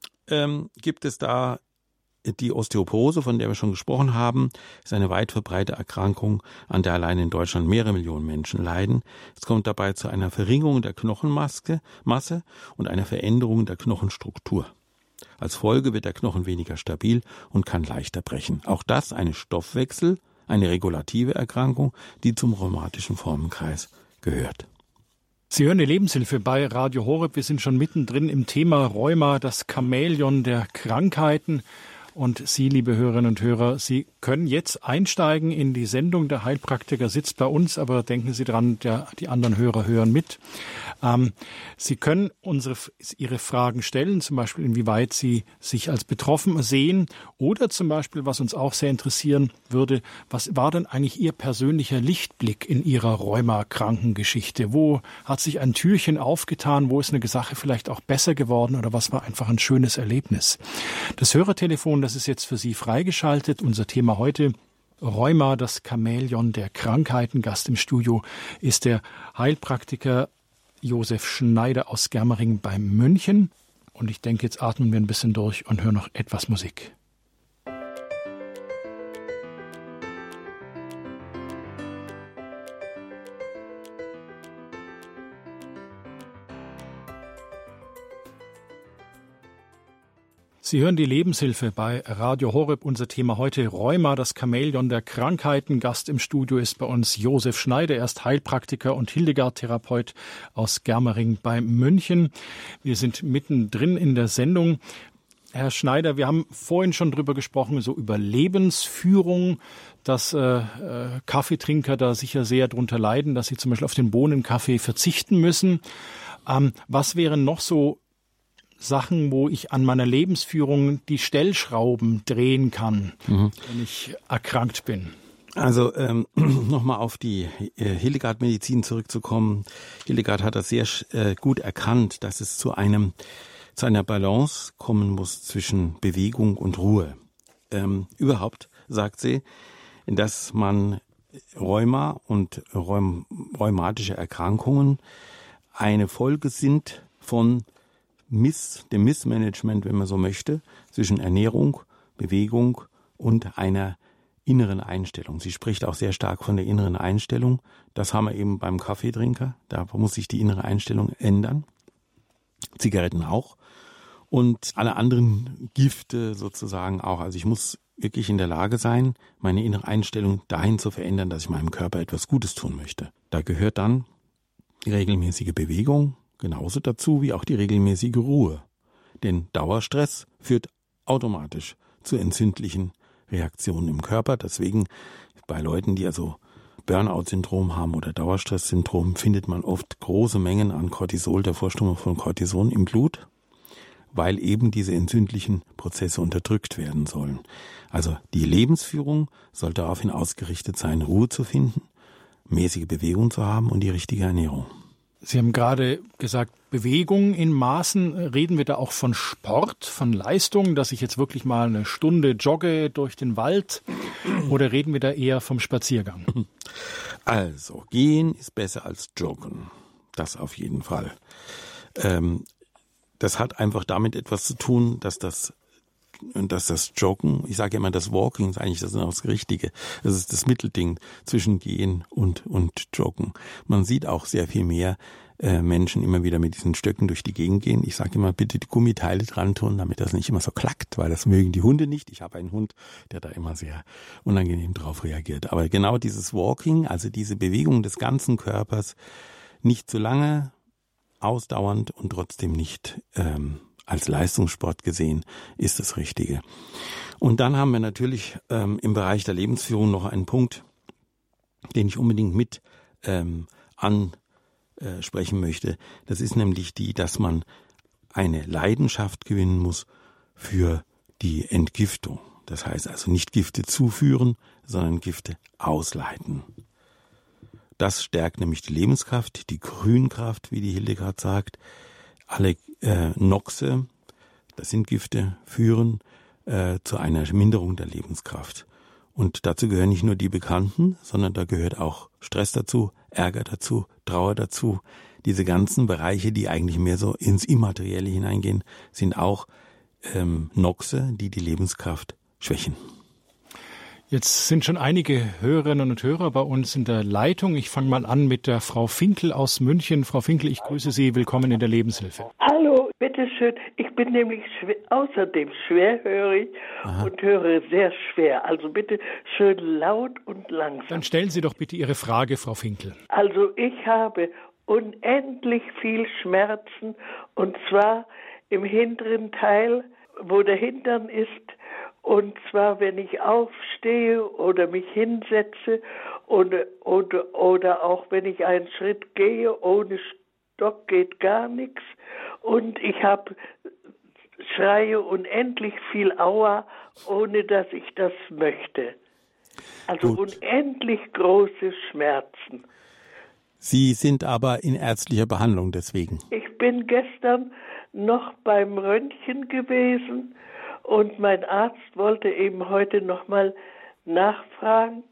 gibt es da die Osteoporose, von der wir schon gesprochen haben, ist eine weit verbreitete Erkrankung, an der allein in Deutschland mehrere Millionen Menschen leiden. Es kommt dabei zu einer Verringerung der Knochenmasse und einer Veränderung der Knochenstruktur. Als Folge wird der Knochen weniger stabil und kann leichter brechen. Auch das eine eine regulative Erkrankung, die zum rheumatischen Formenkreis gehört. Sie hören die Lebenshilfe bei Radio Horeb. Wir sind schon mittendrin im Thema Rheuma, das Chamäleon der Krankheiten. Und Sie, liebe Hörerinnen und Hörer, Sie können jetzt einsteigen in die Sendung. Der Heilpraktiker sitzt bei uns, aber denken Sie dran, die anderen Hörer hören mit. Sie können Ihre Fragen stellen, zum Beispiel inwieweit Sie sich als betroffen sehen oder zum Beispiel, was uns auch sehr interessieren würde, was war denn eigentlich Ihr persönlicher Lichtblick in Ihrer Rheuma-Krankengeschichte? Wo hat sich ein Türchen aufgetan? Wo ist eine Sache vielleicht auch besser geworden oder was war einfach ein schönes Erlebnis? Das Hörertelefon, das ist jetzt für Sie freigeschaltet. Unser Thema heute: Rheuma, das Chamäleon der Krankheiten. Gast im Studio ist der Heilpraktiker Josef Schneider aus Germering bei München. Und ich denke, jetzt atmen wir ein bisschen durch und hören noch etwas Musik. Sie hören die Lebenshilfe bei Radio Horeb. Unser Thema heute: Rheuma, das Chamäleon der Krankheiten. Gast im Studio ist bei uns Josef Schneider. Er ist Heilpraktiker und Hildegard-Therapeut aus Germering bei München. Wir sind mittendrin in der Sendung. Herr Schneider, wir haben vorhin schon drüber gesprochen, so über Lebensführung, dass Kaffeetrinker da sicher sehr drunter leiden, dass sie zum Beispiel auf den Bohnenkaffee verzichten müssen. Was wären noch so Sachen, wo ich an meiner Lebensführung die Stellschrauben drehen kann, wenn ich erkrankt bin? Also nochmal auf die Hildegard-Medizin zurückzukommen. Hildegard hat das sehr gut erkannt, dass es zu einer Balance kommen muss zwischen Bewegung und Ruhe. Überhaupt sagt sie, dass man Rheuma und rheumatische Erkrankungen eine Folge sind von dem Missmanagement, wenn man so möchte, zwischen Ernährung, Bewegung und einer inneren Einstellung. Sie spricht auch sehr stark von der inneren Einstellung. Das haben wir eben beim Kaffeetrinker. Da muss sich die innere Einstellung ändern. Zigaretten auch. Und alle anderen Gifte sozusagen auch. Also ich muss wirklich in der Lage sein, meine innere Einstellung dahin zu verändern, dass ich meinem Körper etwas Gutes tun möchte. Da gehört dann die regelmäßige Bewegung genauso dazu wie auch die regelmäßige Ruhe. Denn Dauerstress führt automatisch zu entzündlichen Reaktionen im Körper. Deswegen bei Leuten, die also Burnout-Syndrom haben oder Dauerstress-Syndrom, findet man oft große Mengen an Cortisol, der Vorstufe von Cortison im Blut, weil eben diese entzündlichen Prozesse unterdrückt werden sollen. Also die Lebensführung soll daraufhin ausgerichtet sein, Ruhe zu finden, mäßige Bewegung zu haben und die richtige Ernährung. Sie haben gerade gesagt, Bewegung in Maßen. Reden wir da auch von Sport, von Leistung, dass ich jetzt wirklich mal eine Stunde jogge durch den Wald? Oder reden wir da eher vom Spaziergang? Also, gehen ist besser als joggen. Das auf jeden Fall. Das hat einfach damit etwas zu tun, dass das Joggen, ich sage immer, das Walking ist eigentlich das Richtige. Das ist das Mittelding zwischen Gehen und Joggen. Man sieht auch sehr viel mehr Menschen immer wieder mit diesen Stöcken durch die Gegend gehen. Ich sage immer, bitte die Gummiteile dran tun, damit das nicht immer so klackt, weil das mögen die Hunde nicht. Ich habe einen Hund, der da immer sehr unangenehm drauf reagiert. Aber genau dieses Walking, also diese Bewegung des ganzen Körpers, nicht zu lange, ausdauernd und trotzdem nicht als Leistungssport gesehen, ist das Richtige. Und dann haben wir natürlich im Bereich der Lebensführung noch einen Punkt, den ich unbedingt mit ansprechen möchte. Das ist nämlich dass man eine Leidenschaft gewinnen muss für die Entgiftung. Das heißt also nicht Gifte zuführen, sondern Gifte ausleiten. Das stärkt nämlich die Lebenskraft, die Grünkraft, wie die Hildegard sagt. Alle Noxe, das sind Gifte, führen zu einer Minderung der Lebenskraft. Und dazu gehören nicht nur die Bekannten, sondern da gehört auch Stress dazu, Ärger dazu, Trauer dazu. Diese ganzen Bereiche, die eigentlich mehr so ins Immaterielle hineingehen, sind auch Noxe, die die Lebenskraft schwächen. Jetzt sind schon einige Hörerinnen und Hörer bei uns in der Leitung. Ich fange mal an mit der Frau Finkel aus München. Frau Finkel, ich grüße Sie. Willkommen in der Lebenshilfe. Hallo, bitteschön. Ich bin nämlich außerdem schwerhörig und höre sehr schwer. Also bitte schön laut und langsam. Dann stellen Sie doch bitte Ihre Frage, Frau Finkel. Also ich habe unendlich viel Schmerzen und zwar im hinteren Teil, wo der Hintern ist Und zwar, wenn ich aufstehe oder mich hinsetze oder auch wenn ich einen Schritt gehe, ohne Stock geht gar nichts. Und ich schreie unendlich viel Aua, ohne dass ich das möchte. Also Gut. unendlich große Schmerzen. Sie sind aber in ärztlicher Behandlung deswegen. Ich bin gestern noch beim Röntgen gewesen und mein Arzt wollte eben heute nochmal nachfragen,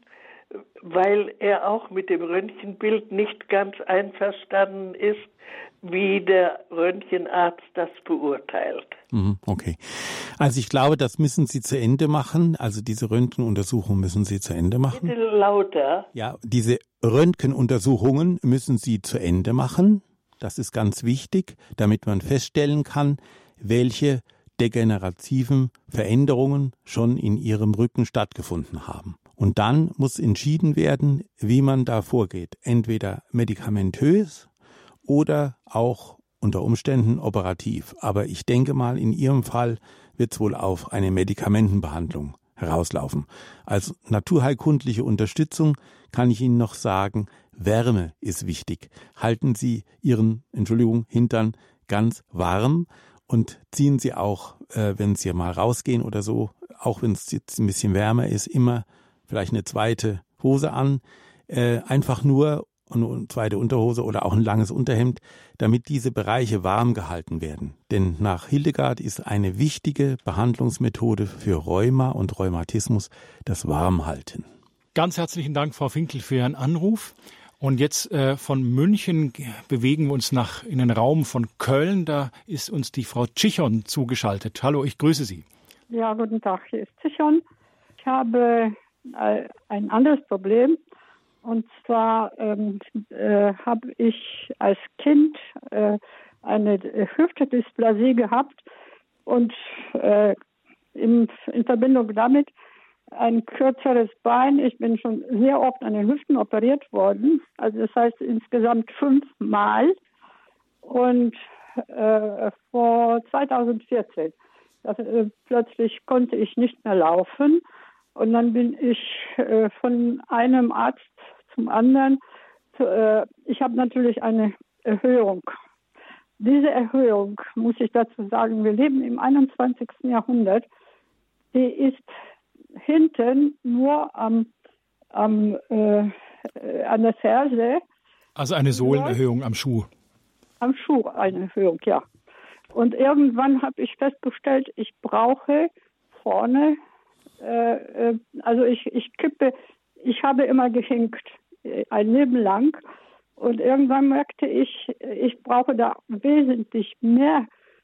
weil er auch mit dem Röntgenbild nicht ganz einverstanden ist, wie der Röntgenarzt das beurteilt. Okay. Also ich glaube, das müssen Sie zu Ende machen. Also diese Röntgenuntersuchung müssen Sie zu Ende machen. Bitte lauter. Ja, diese Röntgenuntersuchungen müssen Sie zu Ende machen. Das ist ganz wichtig, damit man feststellen kann, welche degenerativen Veränderungen schon in Ihrem Rücken stattgefunden haben. Und dann muss entschieden werden, wie man da vorgeht. Entweder medikamentös oder auch unter Umständen operativ. Aber ich denke mal, in Ihrem Fall wird es wohl auf eine Medikamentenbehandlung herauslaufen. Als naturheilkundliche Unterstützung kann ich Ihnen noch sagen, Wärme ist wichtig. Halten Sie Ihren, Hintern ganz warm und ziehen Sie auch, wenn Sie mal rausgehen oder so, auch wenn es jetzt ein bisschen wärmer ist, immer vielleicht eine zweite Hose an, einfach nur eine zweite Unterhose oder auch ein langes Unterhemd, damit diese Bereiche warm gehalten werden. Denn nach Hildegard ist eine wichtige Behandlungsmethode für Rheuma und Rheumatismus das Warmhalten. Ganz herzlichen Dank, Frau Finkel, für Ihren Anruf. Und jetzt von München bewegen wir uns in den Raum von Köln. Da ist uns die Frau Tschichon zugeschaltet. Hallo, ich grüße Sie. Ja, guten Tag, hier ist Tschichon. Ich habe ein anderes Problem. Und zwar habe ich als Kind eine Hüftdysplasie gehabt und in Verbindung damit ein kürzeres Bein. Ich bin schon sehr oft an den Hüften operiert worden. Also das heißt insgesamt 5 Mal. Und vor 2014 plötzlich konnte ich nicht mehr laufen. Und dann bin ich von einem Arzt zum anderen. Ich habe natürlich eine Erhöhung. Diese Erhöhung, muss ich dazu sagen, wir leben im 21. Jahrhundert, die ist hinten nur an der Ferse. Also eine Sohlenerhöhung am Schuh. Am Schuh eine Erhöhung, ja. Und irgendwann habe ich festgestellt, ich brauche vorne, also ich kippe, ich habe immer gehinkt, ein Leben lang. Und irgendwann merkte ich brauche da wesentlich mehr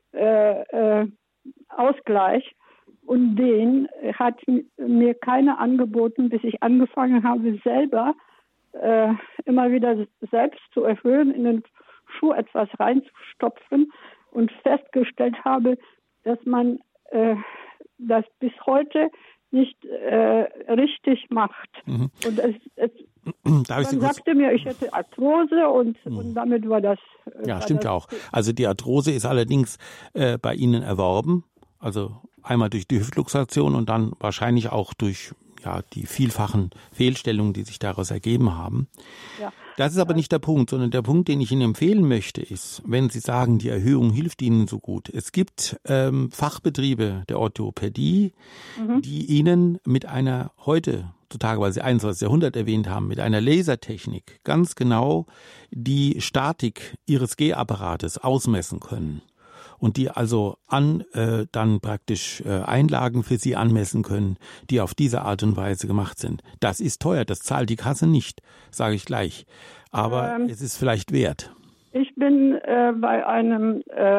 Ausgleich. Und den hat mir keiner angeboten, bis ich angefangen habe, selber immer wieder selbst zu erhöhen, in den Schuh etwas reinzustopfen und festgestellt habe, dass man das bis heute nicht richtig macht. Mhm. Und man sagte mir, ich hätte Arthrose und damit war das... Ja, stimmt ja auch. Also die Arthrose ist allerdings bei Ihnen erworben, also einmal durch die Hüftluxation und dann wahrscheinlich auch durch die vielfachen Fehlstellungen, die sich daraus ergeben haben. Ja. Das ist aber nicht der Punkt, sondern der Punkt, den ich Ihnen empfehlen möchte, ist, wenn Sie sagen, die Erhöhung hilft Ihnen so gut. Es gibt Fachbetriebe der Orthopädie, die Ihnen mit einer heutzutage, weil Sie 21. Jahrhundert erwähnt haben, mit einer Lasertechnik ganz genau die Statik Ihres Gehaparates ausmessen können. Und die also dann praktisch Einlagen für Sie anmessen können, die auf diese Art und Weise gemacht sind. Das ist teuer, das zahlt die Kasse nicht, sage ich gleich. Aber es ist vielleicht wert. Ich bin bei einem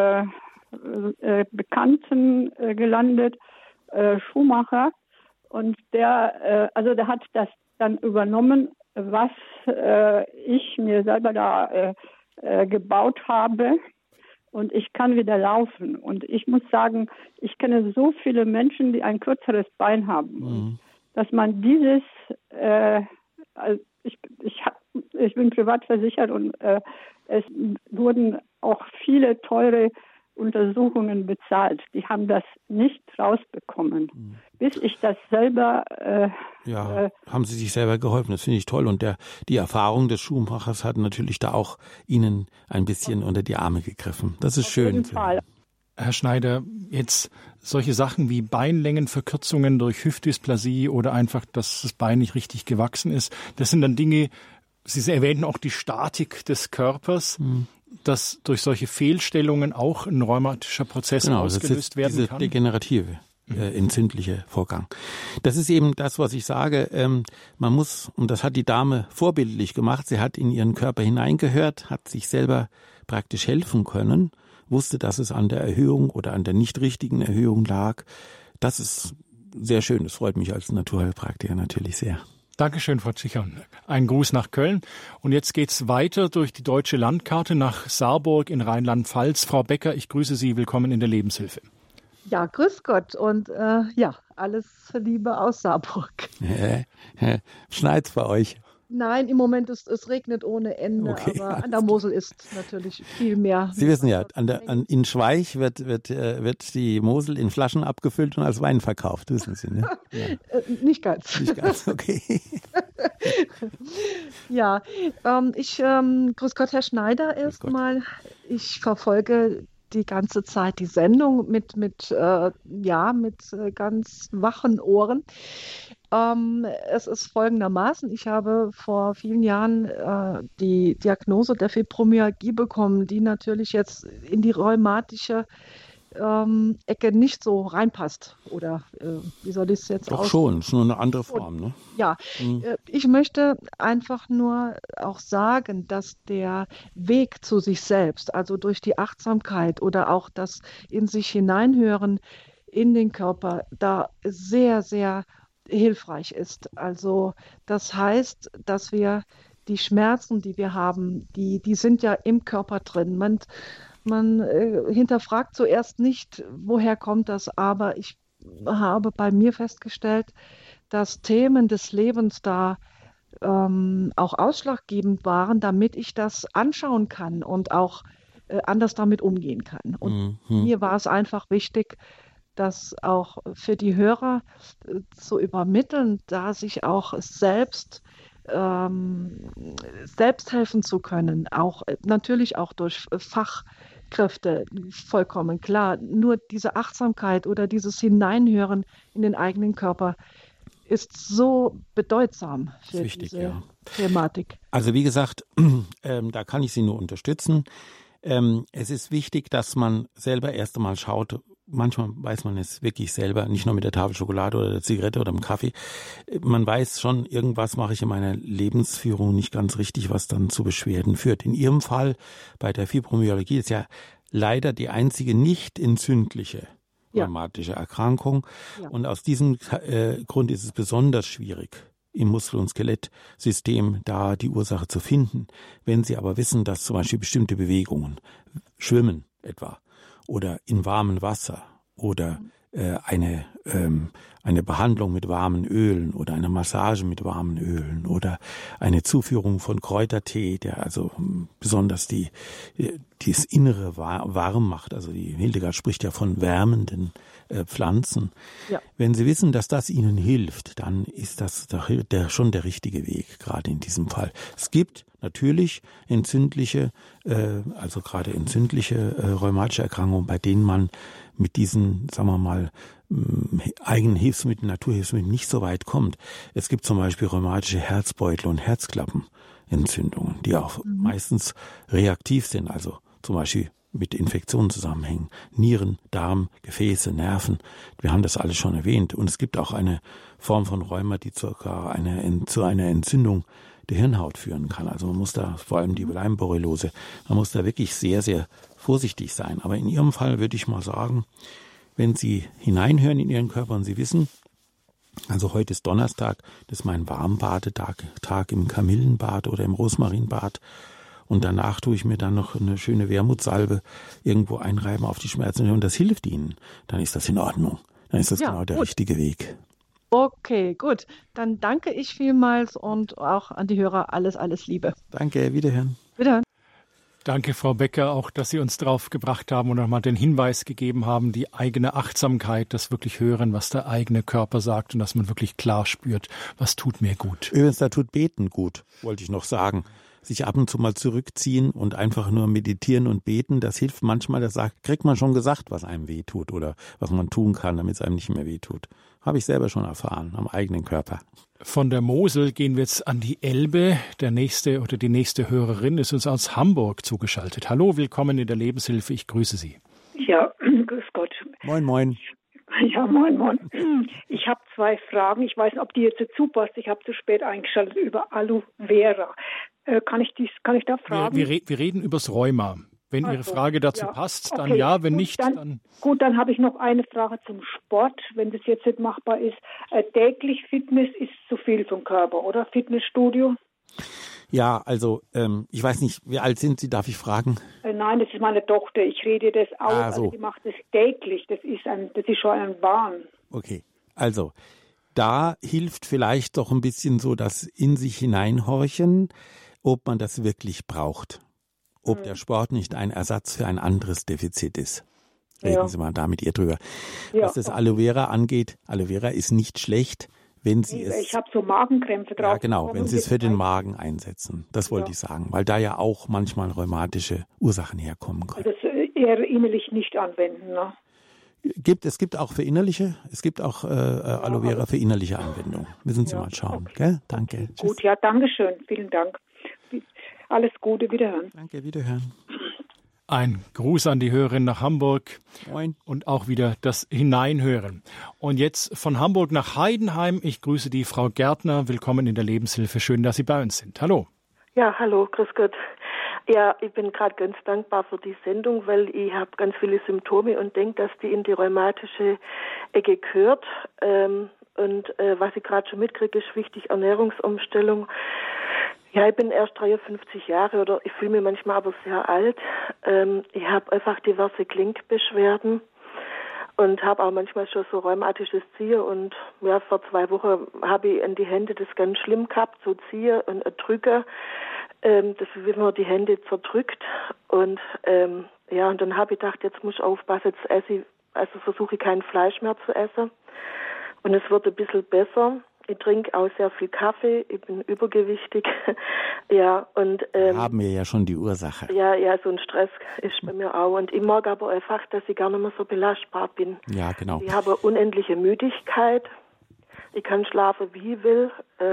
Bekannten gelandet, Schuhmacher, und der hat das dann übernommen, was ich mir selber da gebaut habe. Und ich kann wieder laufen. Und ich muss sagen, ich kenne so viele Menschen, die ein kürzeres Bein haben. Dass man dieses, ich bin privat versichert und es wurden auch viele teure Untersuchungen bezahlt. Die haben das nicht rausbekommen. Bis ich das selber... haben Sie sich selber geholfen. Das finde ich toll. Und die Erfahrung des Schuhmachers hat natürlich da auch Ihnen ein bisschen unter die Arme gegriffen. Das ist schön. Auf jeden Fall. Herr Schneider, jetzt solche Sachen wie Beinlängenverkürzungen durch Hüftdysplasie oder einfach, dass das Bein nicht richtig gewachsen ist, das sind dann Dinge, Sie erwähnten auch die Statik des Körpers, dass durch solche Fehlstellungen auch ein rheumatischer Prozess ausgelöst werden kann. Degenerative, entzündliche Vorgang. Das ist eben das, was ich sage. Man muss, und das hat die Dame vorbildlich gemacht, sie hat in ihren Körper hineingehört, hat sich selber praktisch helfen können, wusste, dass es an der Erhöhung oder an der nicht richtigen Erhöhung lag. Das ist sehr schön. Das freut mich als Naturheilpraktiker natürlich sehr. Dankeschön, Frau Zichern. Ein Gruß nach Köln. Und jetzt geht's weiter durch die deutsche Landkarte nach Saarburg in Rheinland-Pfalz. Frau Becker, ich grüße Sie. Willkommen in der Lebenshilfe. Ja, grüß Gott und alles Liebe aus Saarburg. Schneit's bei euch? Nein, im Moment es regnet ohne Ende, Okay, aber an der Mosel ist natürlich viel mehr. Sie wissen ja, in Schweich wird die Mosel in Flaschen abgefüllt und als Wein verkauft, wissen Sie, ne? Ja. Nicht ganz. Nicht ganz, okay. Ja, grüß Gott, Herr Schneider, erstmal. Ich verfolge die ganze Zeit die Sendung mit ganz wachen Ohren. Es ist folgendermaßen, ich habe vor vielen Jahren die Diagnose der Fibromyalgie bekommen, die natürlich jetzt in die rheumatische Ecke nicht so reinpasst. Oder wie soll ich es jetzt Doch schon, ist nur eine andere Form, ne? Ja, ich möchte einfach nur auch sagen, dass der Weg zu sich selbst, also durch die Achtsamkeit oder auch das in sich hineinhören in den Körper, da sehr, sehr hilfreich ist. Also das heißt, dass wir die Schmerzen, die wir haben, die sind ja im Körper drin. Man hinterfragt zuerst nicht, woher kommt das, aber ich habe bei mir festgestellt, dass Themen des Lebens da auch ausschlaggebend waren, damit ich das anschauen kann und auch anders damit umgehen kann. Und mir war es einfach wichtig, das auch für die Hörer zu übermitteln, da sich auch selbst helfen zu können, auch natürlich auch durch Fachkräfte, vollkommen klar. Nur diese Achtsamkeit oder dieses Hineinhören in den eigenen Körper ist so bedeutsam für diese Thematik. Also wie gesagt, da kann ich Sie nur unterstützen. Es ist wichtig, dass man selber erst einmal schaut. Manchmal weiß man es wirklich selber, nicht nur mit der Tafel Schokolade oder der Zigarette oder dem Kaffee. Man weiß schon, irgendwas mache ich in meiner Lebensführung nicht ganz richtig, was dann zu Beschwerden führt. In Ihrem Fall bei der Fibromyalgie ist ja leider die einzige nicht entzündliche rheumatische Erkrankung. Ja. Und aus diesem Grund ist es besonders schwierig, im Muskel- und Skelettsystem da die Ursache zu finden. Wenn Sie aber wissen, dass zum Beispiel bestimmte Bewegungen, Schwimmen etwa, oder in warmem Wasser oder eine Behandlung mit warmen Ölen oder eine Massage mit warmen Ölen oder eine Zuführung von Kräutertee, der also besonders das Innere warm macht. Also die Hildegard spricht ja von wärmenden Pflanzen. Ja. Wenn Sie wissen, dass das Ihnen hilft, dann ist das schon der richtige Weg, gerade in diesem Fall. Es gibt natürlich entzündliche, also gerade entzündliche rheumatische Erkrankungen, bei denen man mit diesen, sagen wir mal, eigenen Hilfsmitteln, Naturhilfsmitteln nicht so weit kommt. Es gibt zum Beispiel rheumatische Herzbeutel- und Herzklappenentzündungen, die auch meistens reaktiv sind, also zum Beispiel mit Infektionen zusammenhängen. Nieren, Darm, Gefäße, Nerven, wir haben das alles schon erwähnt. Und es gibt auch eine Form von Rheuma, die zu einer Entzündung der Hirnhaut führen kann. Also man muss da, vor allem die Leimborreliose, man muss da wirklich sehr, sehr vorsichtig sein. Aber in Ihrem Fall würde ich mal sagen, wenn Sie hineinhören in Ihren Körper und Sie wissen, also heute ist Donnerstag, das ist mein Warmbadetag im Kamillenbad oder im Rosmarinbad. Und danach tue ich mir dann noch eine schöne Wermutsalbe irgendwo einreiben auf die Schmerzen und das hilft Ihnen. Dann ist das in Ordnung. Dann ist das genau der richtige Weg. Okay, gut. Dann danke ich vielmals und auch an die Hörer alles Liebe. Danke, wiederhören. Wiederhören. Danke, Frau Becker, auch, dass Sie uns drauf gebracht haben und nochmal den Hinweis gegeben haben, die eigene Achtsamkeit, das wirklich hören, was der eigene Körper sagt und dass man wirklich klar spürt, was tut mir gut. Übrigens, da tut Beten gut, wollte ich noch sagen. Sich ab und zu mal zurückziehen und einfach nur meditieren und beten, das hilft manchmal. Das kriegt man schon gesagt, was einem wehtut oder was man tun kann, damit es einem nicht mehr wehtut. Habe ich selber schon erfahren, am eigenen Körper. Von der Mosel gehen wir jetzt an die Elbe. Die nächste Hörerin ist uns aus Hamburg zugeschaltet. Hallo, willkommen in der Lebenshilfe. Ich grüße Sie. Ja, grüß Gott. Moin, moin. Ja, moin, moin. Ich habe 2 Fragen. Ich weiß nicht, ob die jetzt dazu passt. Ich habe zu spät eingeschaltet über Aloe Vera. Kann ich da fragen? Wir reden übers Rheuma. Wenn Ihre Frage dazu passt, dann okay. Ja. Wenn gut, nicht, dann... Gut, dann habe ich noch eine Frage zum Sport, wenn das jetzt nicht machbar ist. Täglich Fitness ist zu viel vom Körper, oder? Fitnessstudio? Ja, also ich weiß nicht, wie alt sind Sie, darf ich fragen? Nein, das ist meine Tochter. Ich rede das aus. So. Also die macht das täglich. Das ist schon ein Wahn. Okay, also da hilft vielleicht doch ein bisschen so das in sich hineinhorchen, ob man das wirklich braucht. Ob der Sport nicht ein Ersatz für ein anderes Defizit ist. Reden Sie mal da mit ihr drüber. Ja. Was das Aloe Vera angeht, Aloe Vera ist nicht schlecht, wenn Sie es... Ich habe so Magenkrämpfe drauf. Ja, genau, wenn Sie es für den Magen einsetzen. Das wollte ich sagen, weil da ja auch manchmal rheumatische Ursachen herkommen können. Also eher innerlich nicht anwenden, ne? Es gibt auch für innerliche, Aloe Vera für innerliche Anwendung. Müssen Sie mal schauen, okay. Gell? Danke. Okay. Gut, ja, danke schön. Vielen Dank. Alles Gute, wiederhören. Danke, wiederhören. Ein Gruß an die Hörerin nach Hamburg. Moin. Und auch wieder das Hineinhören. Und jetzt von Hamburg nach Heidenheim. Ich grüße die Frau Gärtner. Willkommen in der Lebenshilfe. Schön, dass Sie bei uns sind. Hallo. Ja, hallo, grüß Gott. Ja, ich bin gerade ganz dankbar für die Sendung, weil ich habe ganz viele Symptome und denke, dass die in die rheumatische Ecke gehört. Was ich gerade schon mitkriege, ist wichtig, Ernährungsumstellung. Ja, ich bin erst 53 Jahre oder ich fühle mich manchmal aber sehr alt. Ich habe einfach diverse Gelenkbeschwerden und habe auch manchmal schon so rheumatisches Ziehen. Und ja, vor 2 Wochen habe ich in die Hände das ganz schlimm gehabt, so Ziehen und Drücken. Das ist, wie man die Hände zerdrückt. Und und dann habe ich gedacht, jetzt muss ich aufpassen, jetzt esse ich, also versuche ich kein Fleisch mehr zu essen. Und es wird ein bisschen besser. Ich trinke auch sehr viel Kaffee, ich bin übergewichtig. Ja, und haben wir ja schon die Ursache. Ja, so ein Stress ist bei mir auch. Und ich mag aber einfach, dass ich gar nicht mehr so belastbar bin. Ja, genau. Ich habe unendliche Müdigkeit. Ich kann schlafen, wie ich will.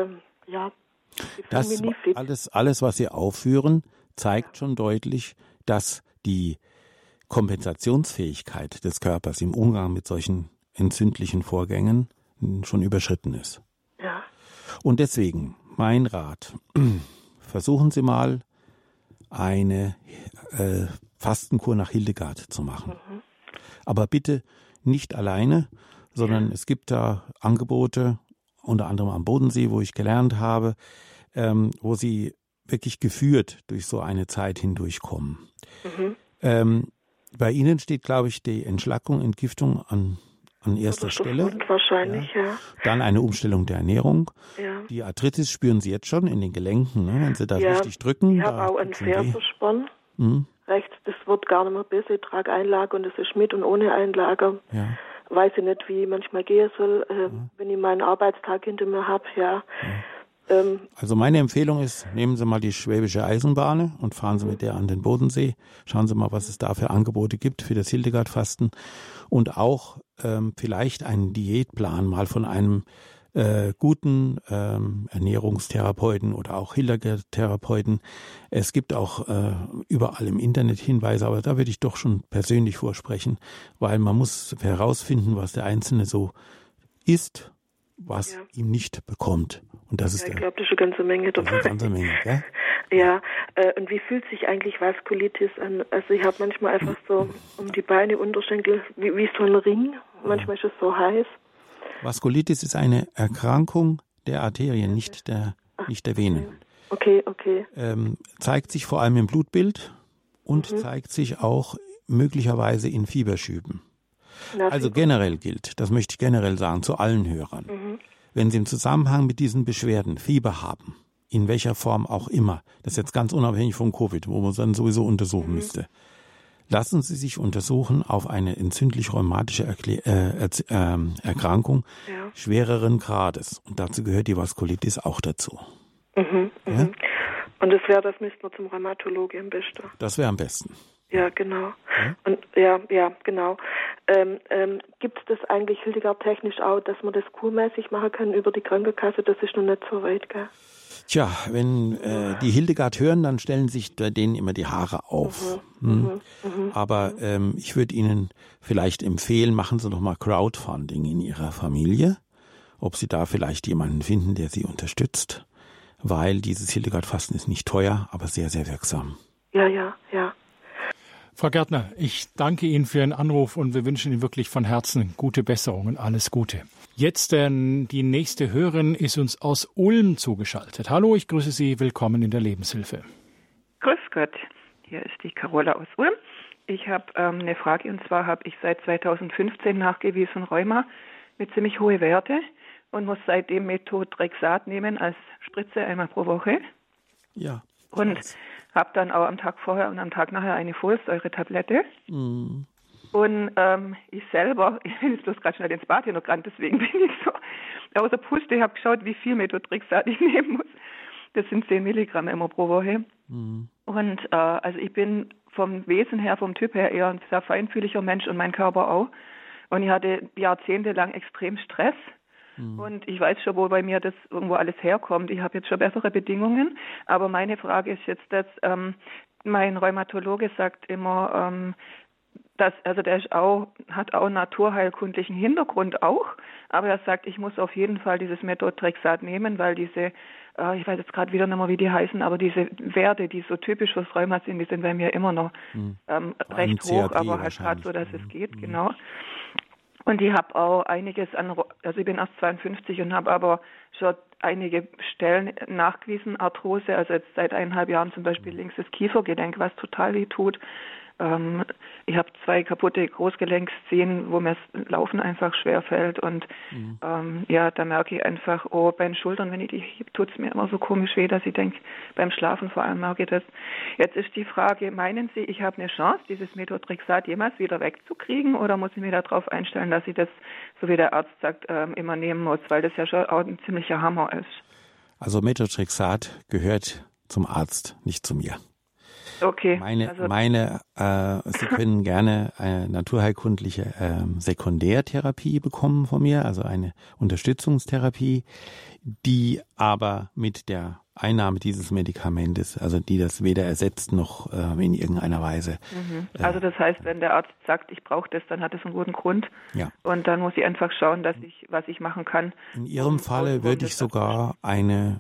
Ich fühle mich nie fit. Alles, was Sie aufführen, zeigt schon deutlich, dass die Kompensationsfähigkeit des Körpers im Umgang mit solchen entzündlichen Vorgängen schon überschritten ist. Ja. Und deswegen mein Rat, versuchen Sie mal eine Fastenkur nach Hildegard zu machen. Aber bitte nicht alleine, sondern es gibt da Angebote, unter anderem am Bodensee, wo ich gelernt habe, wo Sie wirklich geführt durch so eine Zeit hindurchkommen. Bei Ihnen steht, glaube ich, die Entschlackung, Entgiftung an erster Stelle. Wahrscheinlich, ja. Dann eine Umstellung der Ernährung. Ja. Die Arthritis spüren Sie jetzt schon in den Gelenken, ne? Wenn Sie da richtig drücken. Ich habe auch einen Fersensporn. Rechts, das wird gar nicht mehr besser. Ich trage Einlage und das ist mit und ohne Einlage. Ja. Weiß ich nicht, wie ich manchmal gehen soll, wenn ich meinen Arbeitstag hinter mir habe. Ja. Also meine Empfehlung ist, nehmen Sie mal die Schwäbische Eisenbahn und fahren Sie mit der an den Bodensee. Schauen Sie mal, was es da für Angebote gibt für das Hildegard-Fasten. Und auch vielleicht einen Diätplan mal von einem guten Ernährungstherapeuten oder auch Hildegard-Therapeuten. Es gibt auch überall im Internet Hinweise, aber da würde ich doch schon persönlich vorsprechen, weil man muss herausfinden, was der Einzelne so isst, was ihm nicht bekommt. Und das ist ich glaube, das ist eine ganze Menge dabei. Eine ganze Menge, gell? Ja, und wie fühlt sich eigentlich Vaskulitis an? Also ich habe manchmal einfach so um die Beine, Unterschenkel, wie so ein Ring. Manchmal ist es so heiß. Vaskulitis ist eine Erkrankung der Arterien, nicht der Venen. Okay. Zeigt sich vor allem im Blutbild und zeigt sich auch möglicherweise in Fieberschüben. Also generell gilt, das möchte ich generell sagen, zu allen Hörern, wenn Sie im Zusammenhang mit diesen Beschwerden Fieber haben, in welcher Form auch immer, das ist jetzt ganz unabhängig von Covid, wo man es dann sowieso untersuchen müsste, lassen Sie sich untersuchen auf eine entzündlich-rheumatische Erkrankung schwereren Grades. Und dazu gehört die Vaskulitis auch dazu. Ja? Und das müsste man zum Rheumatologe am besten. Das wäre am besten. Ja, genau. Ja? Und genau. Gibt es das eigentlich, Hildegard, technisch auch, dass man das kurmäßig machen kann über die Krankenkasse? Das ist noch nicht so weit, gell? Tja, wenn die Hildegard hören, dann stellen sich bei denen immer die Haare auf. Aber ich würde Ihnen vielleicht empfehlen, machen Sie doch mal Crowdfunding in Ihrer Familie, ob Sie da vielleicht jemanden finden, der Sie unterstützt, weil dieses Hildegard-Fasten ist nicht teuer, aber sehr, sehr wirksam. Ja. Frau Gärtner, ich danke Ihnen für Ihren Anruf und wir wünschen Ihnen wirklich von Herzen gute Besserung und alles Gute. Jetzt die nächste Hörerin ist uns aus Ulm zugeschaltet. Hallo, ich grüße Sie, willkommen in der Lebenshilfe. Grüß Gott, hier ist die Carola aus Ulm. Ich habe eine Frage, und zwar habe ich seit 2015 nachgewiesen Rheuma mit ziemlich hohen Werte und muss seitdem Methotrexat nehmen als Spritze einmal pro Woche. Ja. Und habe dann auch am Tag vorher und am Tag nachher eine Folsäure-Tablette. Und ich selber, ich bin jetzt bloß gerade schnell ins Bad gerannt, deswegen bin ich so außer Puste. Ich habe geschaut, wie viel Methotrexat ich nehmen muss. Das sind 10 Milligramm immer pro Woche. Und also ich bin vom Wesen her, vom Typ her eher ein sehr feinfühliger Mensch und mein Körper auch. Und ich hatte jahrzehntelang extrem Stress. Und ich weiß schon, wo bei mir das irgendwo alles herkommt. Ich habe jetzt schon bessere Bedingungen. Aber meine Frage ist jetzt, dass mein Rheumatologe sagt immer, der hat auch einen naturheilkundlichen Hintergrund auch. Aber er sagt, ich muss auf jeden Fall dieses Methotrexat nehmen, weil diese, ich weiß jetzt gerade wieder nicht mehr, wie die heißen, aber diese Werte, die so typisch fürs Rheuma sind, die sind bei mir immer noch recht hoch, aber halt gerade so, dass es geht, genau. Und ich habe auch einiges also ich bin erst 52 und habe aber schon einige Stellen nachgewiesen, Arthrose, also jetzt seit 1,5 Jahren zum Beispiel links das Kiefergelenk, was total weh tut. Ich habe 2 kaputte Großgelenkssehnen, wo mir das Laufen einfach schwerfällt und da merke ich einfach, bei den Schultern, wenn ich die hebe, tut es mir immer so komisch weh, dass ich denke, beim Schlafen vor allem merke ich das. Jetzt ist die Frage, meinen Sie, ich habe eine Chance, dieses Methotrexat jemals wieder wegzukriegen oder muss ich mir darauf einstellen, dass ich das, so wie der Arzt sagt, immer nehmen muss, weil das ja schon auch ein ziemlicher Hammer ist. Also Methotrexat gehört zum Arzt, nicht zu mir. Okay. Sie können gerne eine naturheilkundliche Sekundärtherapie bekommen von mir, also eine Unterstützungstherapie, die aber mit der Einnahme dieses Medikamentes, also die das weder ersetzt noch in irgendeiner Weise. Also das heißt, wenn der Arzt sagt, ich brauche das, dann hat es einen guten Grund. Ja. Und dann muss ich einfach schauen, was ich machen kann. In Ihrem Falle würde ich sogar eine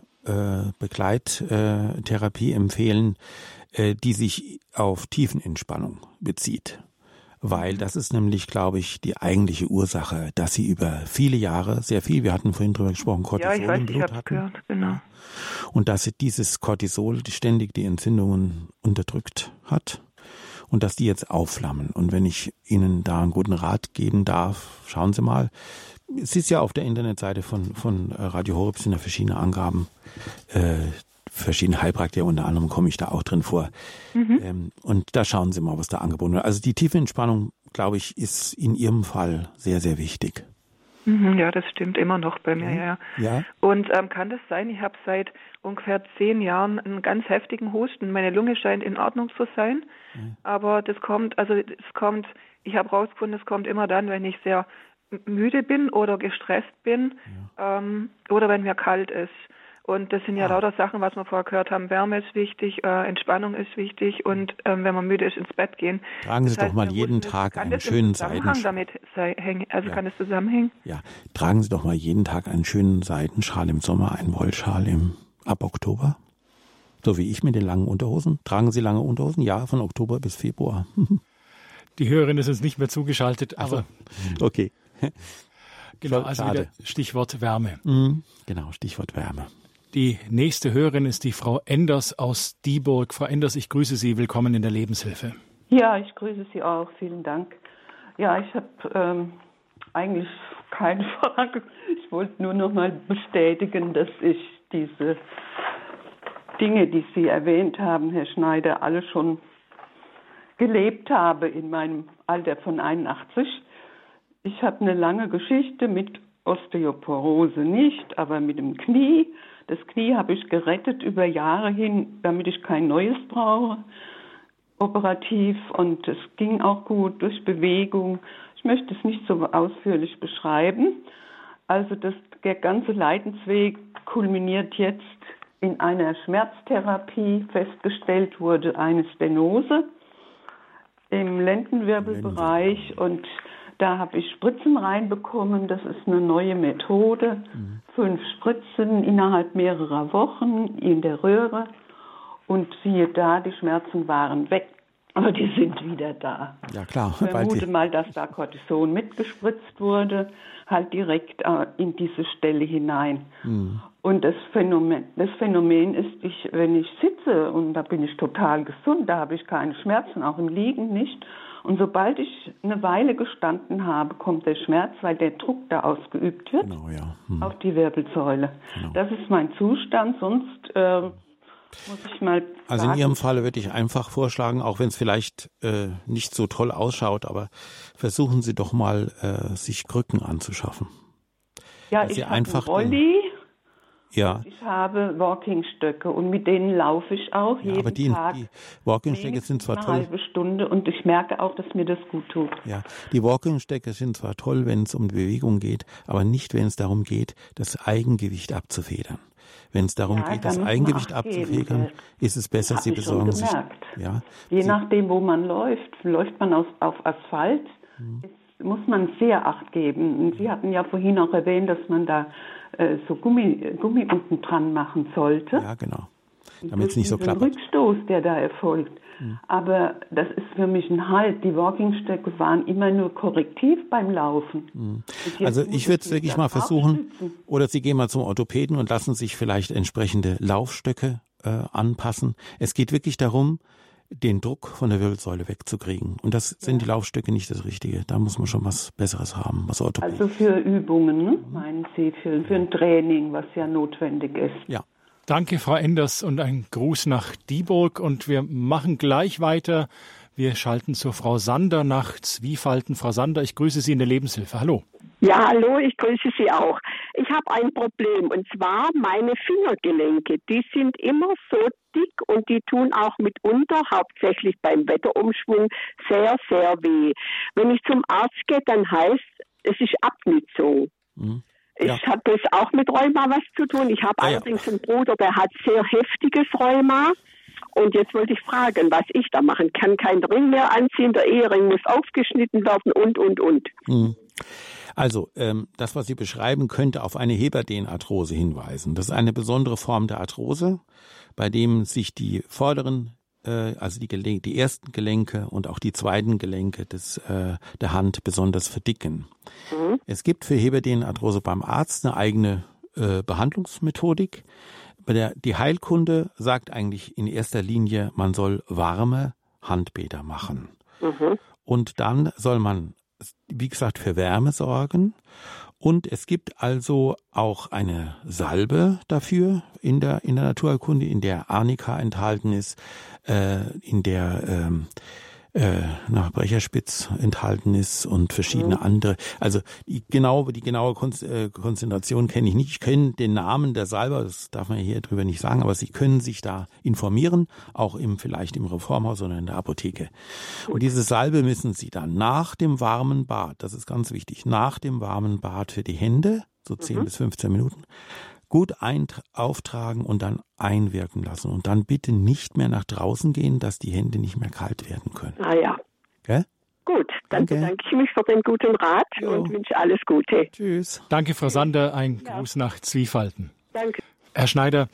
Begleittherapie empfehlen, die sich auf Tiefenentspannung bezieht. Weil das ist nämlich, glaube ich, die eigentliche Ursache, dass Sie über viele Jahre wir hatten vorhin drüber gesprochen, Cortisol im Blut hatten. Gehört, genau. Und dass dieses Cortisol ständig die Entzündungen unterdrückt hat und dass die jetzt aufflammen. Und wenn ich Ihnen da einen guten Rat geben darf, schauen Sie mal. Es ist ja auf der Internetseite von Radio Horeb sind ja verschiedene Angaben, verschiedene Heilpraktiker, unter anderem komme ich da auch drin vor. Und da schauen Sie mal, was da angeboten wird. Also die tiefe Entspannung, glaube ich, ist in Ihrem Fall sehr, sehr wichtig. Ja, das stimmt immer noch bei mir, ja. Und kann das sein, ich habe seit ungefähr 10 Jahren einen ganz heftigen Husten. Meine Lunge scheint in Ordnung zu sein, aber ich habe rausgefunden, es kommt immer dann, wenn ich sehr müde bin oder gestresst bin oder wenn mir kalt ist. Und das sind ja lauter Sachen, was wir vorher gehört haben. Wärme ist wichtig, Entspannung ist wichtig und wenn man müde ist, ins Bett gehen. Tragen Sie doch mal jeden Tag einen schönen Seidenschal. Kann das zusammenhängen? Ja, tragen Sie doch mal jeden Tag einen schönen Seidenschal im Sommer, einen Wollschal ab Oktober. So wie ich mit den langen Unterhosen. Tragen Sie lange Unterhosen? Ja, von Oktober bis Februar. Die Hörerin ist uns nicht mehr zugeschaltet, aber okay. Genau, also wieder Stichwort Wärme. Genau, Stichwort Wärme. Die nächste Hörerin ist die Frau Enders aus Dieburg. Frau Enders, ich grüße Sie. Willkommen in der Lebenshilfe. Ja, ich grüße Sie auch. Vielen Dank. Ja, ich habe eigentlich keine Frage. Ich wollte nur noch mal bestätigen, dass ich diese Dinge, die Sie erwähnt haben, Herr Schneider, alle schon gelebt habe in meinem Alter von 81. Ich habe eine lange Geschichte mit Osteoporose nicht, aber mit dem Knie. Das Knie habe ich gerettet über Jahre hin, damit ich kein neues brauche, operativ. Und es ging auch gut durch Bewegung. Ich möchte es nicht so ausführlich beschreiben. Also der ganze Leidensweg kulminiert jetzt in einer Schmerztherapie. Festgestellt wurde eine Stenose im Lendenwirbelbereich und da habe ich Spritzen reinbekommen. Das ist eine neue Methode. 5 Spritzen innerhalb mehrerer Wochen in der Röhre. Und siehe da, die Schmerzen waren weg. Aber die sind wieder da. Ja, klar. Ich vermute mal, dass da Cortison mitgespritzt wurde, halt direkt in diese Stelle hinein. Und das Phänomen ist, wenn ich sitze, und da bin ich total gesund, da habe ich keine Schmerzen, auch im Liegen nicht. Und sobald ich eine Weile gestanden habe, kommt der Schmerz, weil der Druck da ausgeübt wird auf die Wirbelsäule. Genau. Das ist mein Zustand, sonst muss ich mal Also in Ihrem Falle würde ich einfach vorschlagen, auch wenn es vielleicht nicht so toll ausschaut, aber versuchen Sie doch mal, sich Krücken anzuschaffen. Ja, ich habe einen Rolli. Ja. Ich habe Walkingstöcke und mit denen laufe ich auch jeden Tag. Die Walkingstöcke sind zwar toll. Eine halbe Stunde und ich merke auch, dass mir das gut tut. Ja, die Walkingstöcke sind zwar toll, wenn es um Bewegung geht, aber nicht, wenn es darum geht, das Eigengewicht abzufedern. Wenn es darum geht, das Eigengewicht abzufedern, ist es besser, Sie besorgen sich. Ja, je nachdem, wo man läuft man auf Asphalt, muss man sehr Acht geben. Und Sie hatten ja vorhin auch erwähnt, dass man da so Gummi unten dran machen sollte. Ja, genau. Damit es nicht so klappert. Rückstoß, der da erfolgt. Aber das ist für mich ein Halt. Die Walkingstöcke waren immer nur korrektiv beim Laufen. Also ich würde es wirklich mal versuchen, oder Sie gehen mal zum Orthopäden und lassen sich vielleicht entsprechende Laufstöcke anpassen. Es geht wirklich darum, den Druck von der Wirbelsäule wegzukriegen. Und das sind die Laufstöcke nicht das Richtige. Da muss man schon was Besseres haben, was Orthopäden. Also für Übungen, ne? Meinen Sie, für ein Training, was ja notwendig ist. Ja. Danke, Frau Enders, und ein Gruß nach Dieburg. Und wir machen gleich weiter. Wir schalten zur Frau Sander nach Zwiefalten. Frau Sander, ich grüße Sie in der Lebenshilfe. Hallo. Ja, hallo, ich grüße Sie auch. Ich habe ein Problem, und zwar meine Fingergelenke. Die sind immer so dick und die tun auch mitunter, hauptsächlich beim Wetterumschwung, sehr, sehr weh. Wenn ich zum Arzt gehe, dann heißt es ist Abnützung. Ja. Ich habe das auch mit Rheuma was zu tun. Ich habe allerdings einen Bruder, der hat sehr heftiges Rheuma. Und jetzt wollte ich fragen, was ich da machen kann. Kein Ring mehr anziehen, der Ehering muss aufgeschnitten werden und. Also, das, was Sie beschreiben, könnte auf eine Heberdenarthrose hinweisen. Das ist eine besondere Form der Arthrose, bei dem sich die vorderen, also die ersten Gelenke und auch die zweiten Gelenke der Hand besonders verdicken. Es gibt für Heberdenarthrose beim Arzt eine eigene Behandlungsmethodik. Die Heilkunde sagt eigentlich in erster Linie, man soll warme Handbäder machen. Und dann soll man, wie gesagt, für Wärme sorgen. Und es gibt also auch eine Salbe dafür in der Naturheilkunde, in der Arnika enthalten ist, in der Brecherspitz enthalten ist und verschiedene andere. Also die genaue Konzentration kenne ich nicht. Ich kenne den Namen der Salbe, das darf man hier drüber nicht sagen, aber Sie können sich da informieren, auch vielleicht im Reformhaus oder in der Apotheke. Und diese Salbe müssen Sie dann nach dem warmen Bad, das ist ganz wichtig, nach dem warmen Bad für die Hände, so 10 bis 15 Minuten, gut auftragen und dann einwirken lassen. Und dann bitte nicht mehr nach draußen gehen, dass die Hände nicht mehr kalt werden können. Ah ja. Okay? Gut, dann bedanke ich mich für den guten Rat und wünsche alles Gute. Tschüss. Danke, Frau Sander. Ein Gruß nach Zwiefalten. Danke. Herr Schneider,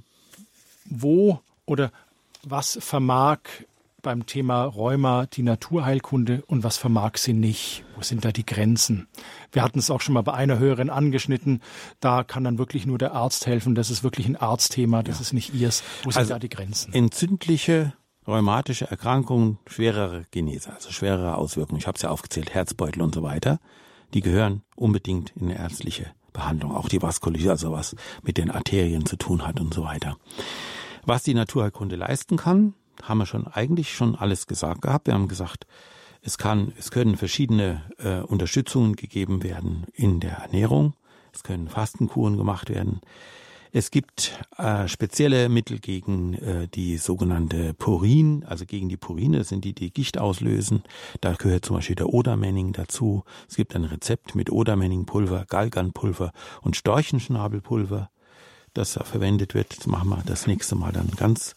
wo oder was vermag beim Thema Rheuma die Naturheilkunde und was vermag sie nicht? Wo sind da die Grenzen? Wir hatten es auch schon mal bei einer Hörerin angeschnitten. Da kann dann wirklich nur der Arzt helfen. Das ist wirklich ein Arztthema. Das ist nicht Ihres. Wo sind da die Grenzen? Entzündliche, rheumatische Erkrankungen, schwerere Genese, also schwerere Auswirkungen. Ich habe es ja aufgezählt, Herzbeutel und so weiter. Die gehören unbedingt in eine ärztliche Behandlung. Auch die Vaskulitis, also was mit den Arterien zu tun hat und so weiter. Was die Naturheilkunde leisten kann, haben wir eigentlich schon alles gesagt gehabt. Wir haben gesagt, es können verschiedene Unterstützungen gegeben werden in der Ernährung. Es können Fastenkuren gemacht werden. Es gibt spezielle Mittel gegen die sogenannte Purin, also gegen die Purine, das sind die Gicht auslösen. Da gehört zum Beispiel der Odermenning dazu. Es gibt ein Rezept mit Odermenningpulver, Galganpulver und Storchenschnabelpulver, das da verwendet wird. Das machen wir das nächste Mal dann ganz,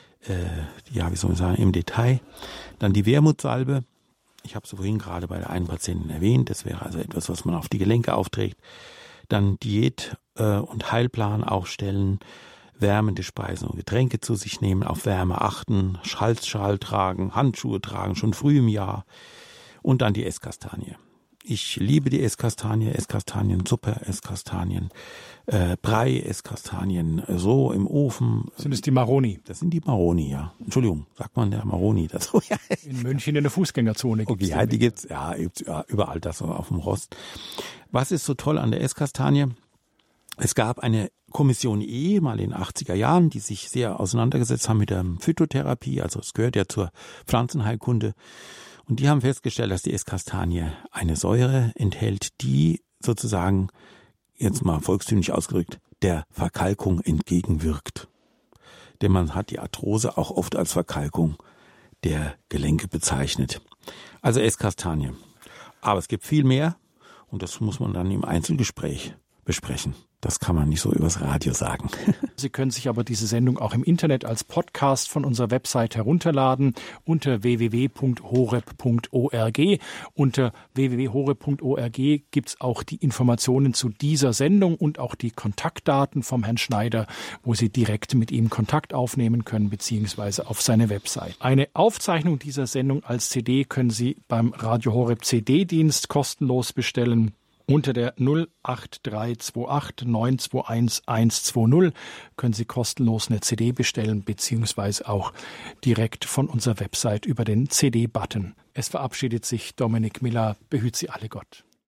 im Detail. Dann die Wermutsalbe. Ich habe es vorhin gerade bei der einen Patientin erwähnt. Das wäre also etwas, was man auf die Gelenke aufträgt. Dann Diät und Heilplan aufstellen, wärmende Speisen und Getränke zu sich nehmen, auf Wärme achten, Halsschal tragen, Handschuhe tragen, schon früh im Jahr. Und dann die Esskastanie. Ich liebe die Esskastanie, Esskastaniensuppe, Esskastanien, Brei, Esskastanien, so im Ofen. Sind es die Maroni? Das sind die Maroni, ja. Entschuldigung, sagt man der Maroni dazu? Ja. In München in der Fußgängerzone gibt's okay, ja, die gibt's überall das auf dem Rost. Was ist so toll an der Esskastanie? Es gab eine Kommission mal in den 80er Jahren, die sich sehr auseinandergesetzt haben mit der Phytotherapie, also es gehört ja zur Pflanzenheilkunde. Und die haben festgestellt, dass die Esskastanie eine Säure enthält, die sozusagen, jetzt mal volkstümlich ausgedrückt, der Verkalkung entgegenwirkt. Denn man hat die Arthrose auch oft als Verkalkung der Gelenke bezeichnet. Also Esskastanie. Aber es gibt viel mehr und das muss man dann im Einzelgespräch besprechen. Das kann man nicht so übers Radio sagen. Sie können sich aber diese Sendung auch im Internet als Podcast von unserer Website herunterladen unter www.horeb.org. Unter www.horeb.org gibt es auch die Informationen zu dieser Sendung und auch die Kontaktdaten vom Herrn Schneider, wo Sie direkt mit ihm Kontakt aufnehmen können, beziehungsweise auf seine Website. Eine Aufzeichnung dieser Sendung als CD können Sie beim Radio Horeb CD-Dienst kostenlos bestellen. Unter der 08328 921 120 können Sie kostenlos eine CD bestellen, beziehungsweise auch direkt von unserer Website über den CD-Button. Es verabschiedet sich Dominik Miller. Behüt Sie alle Gott.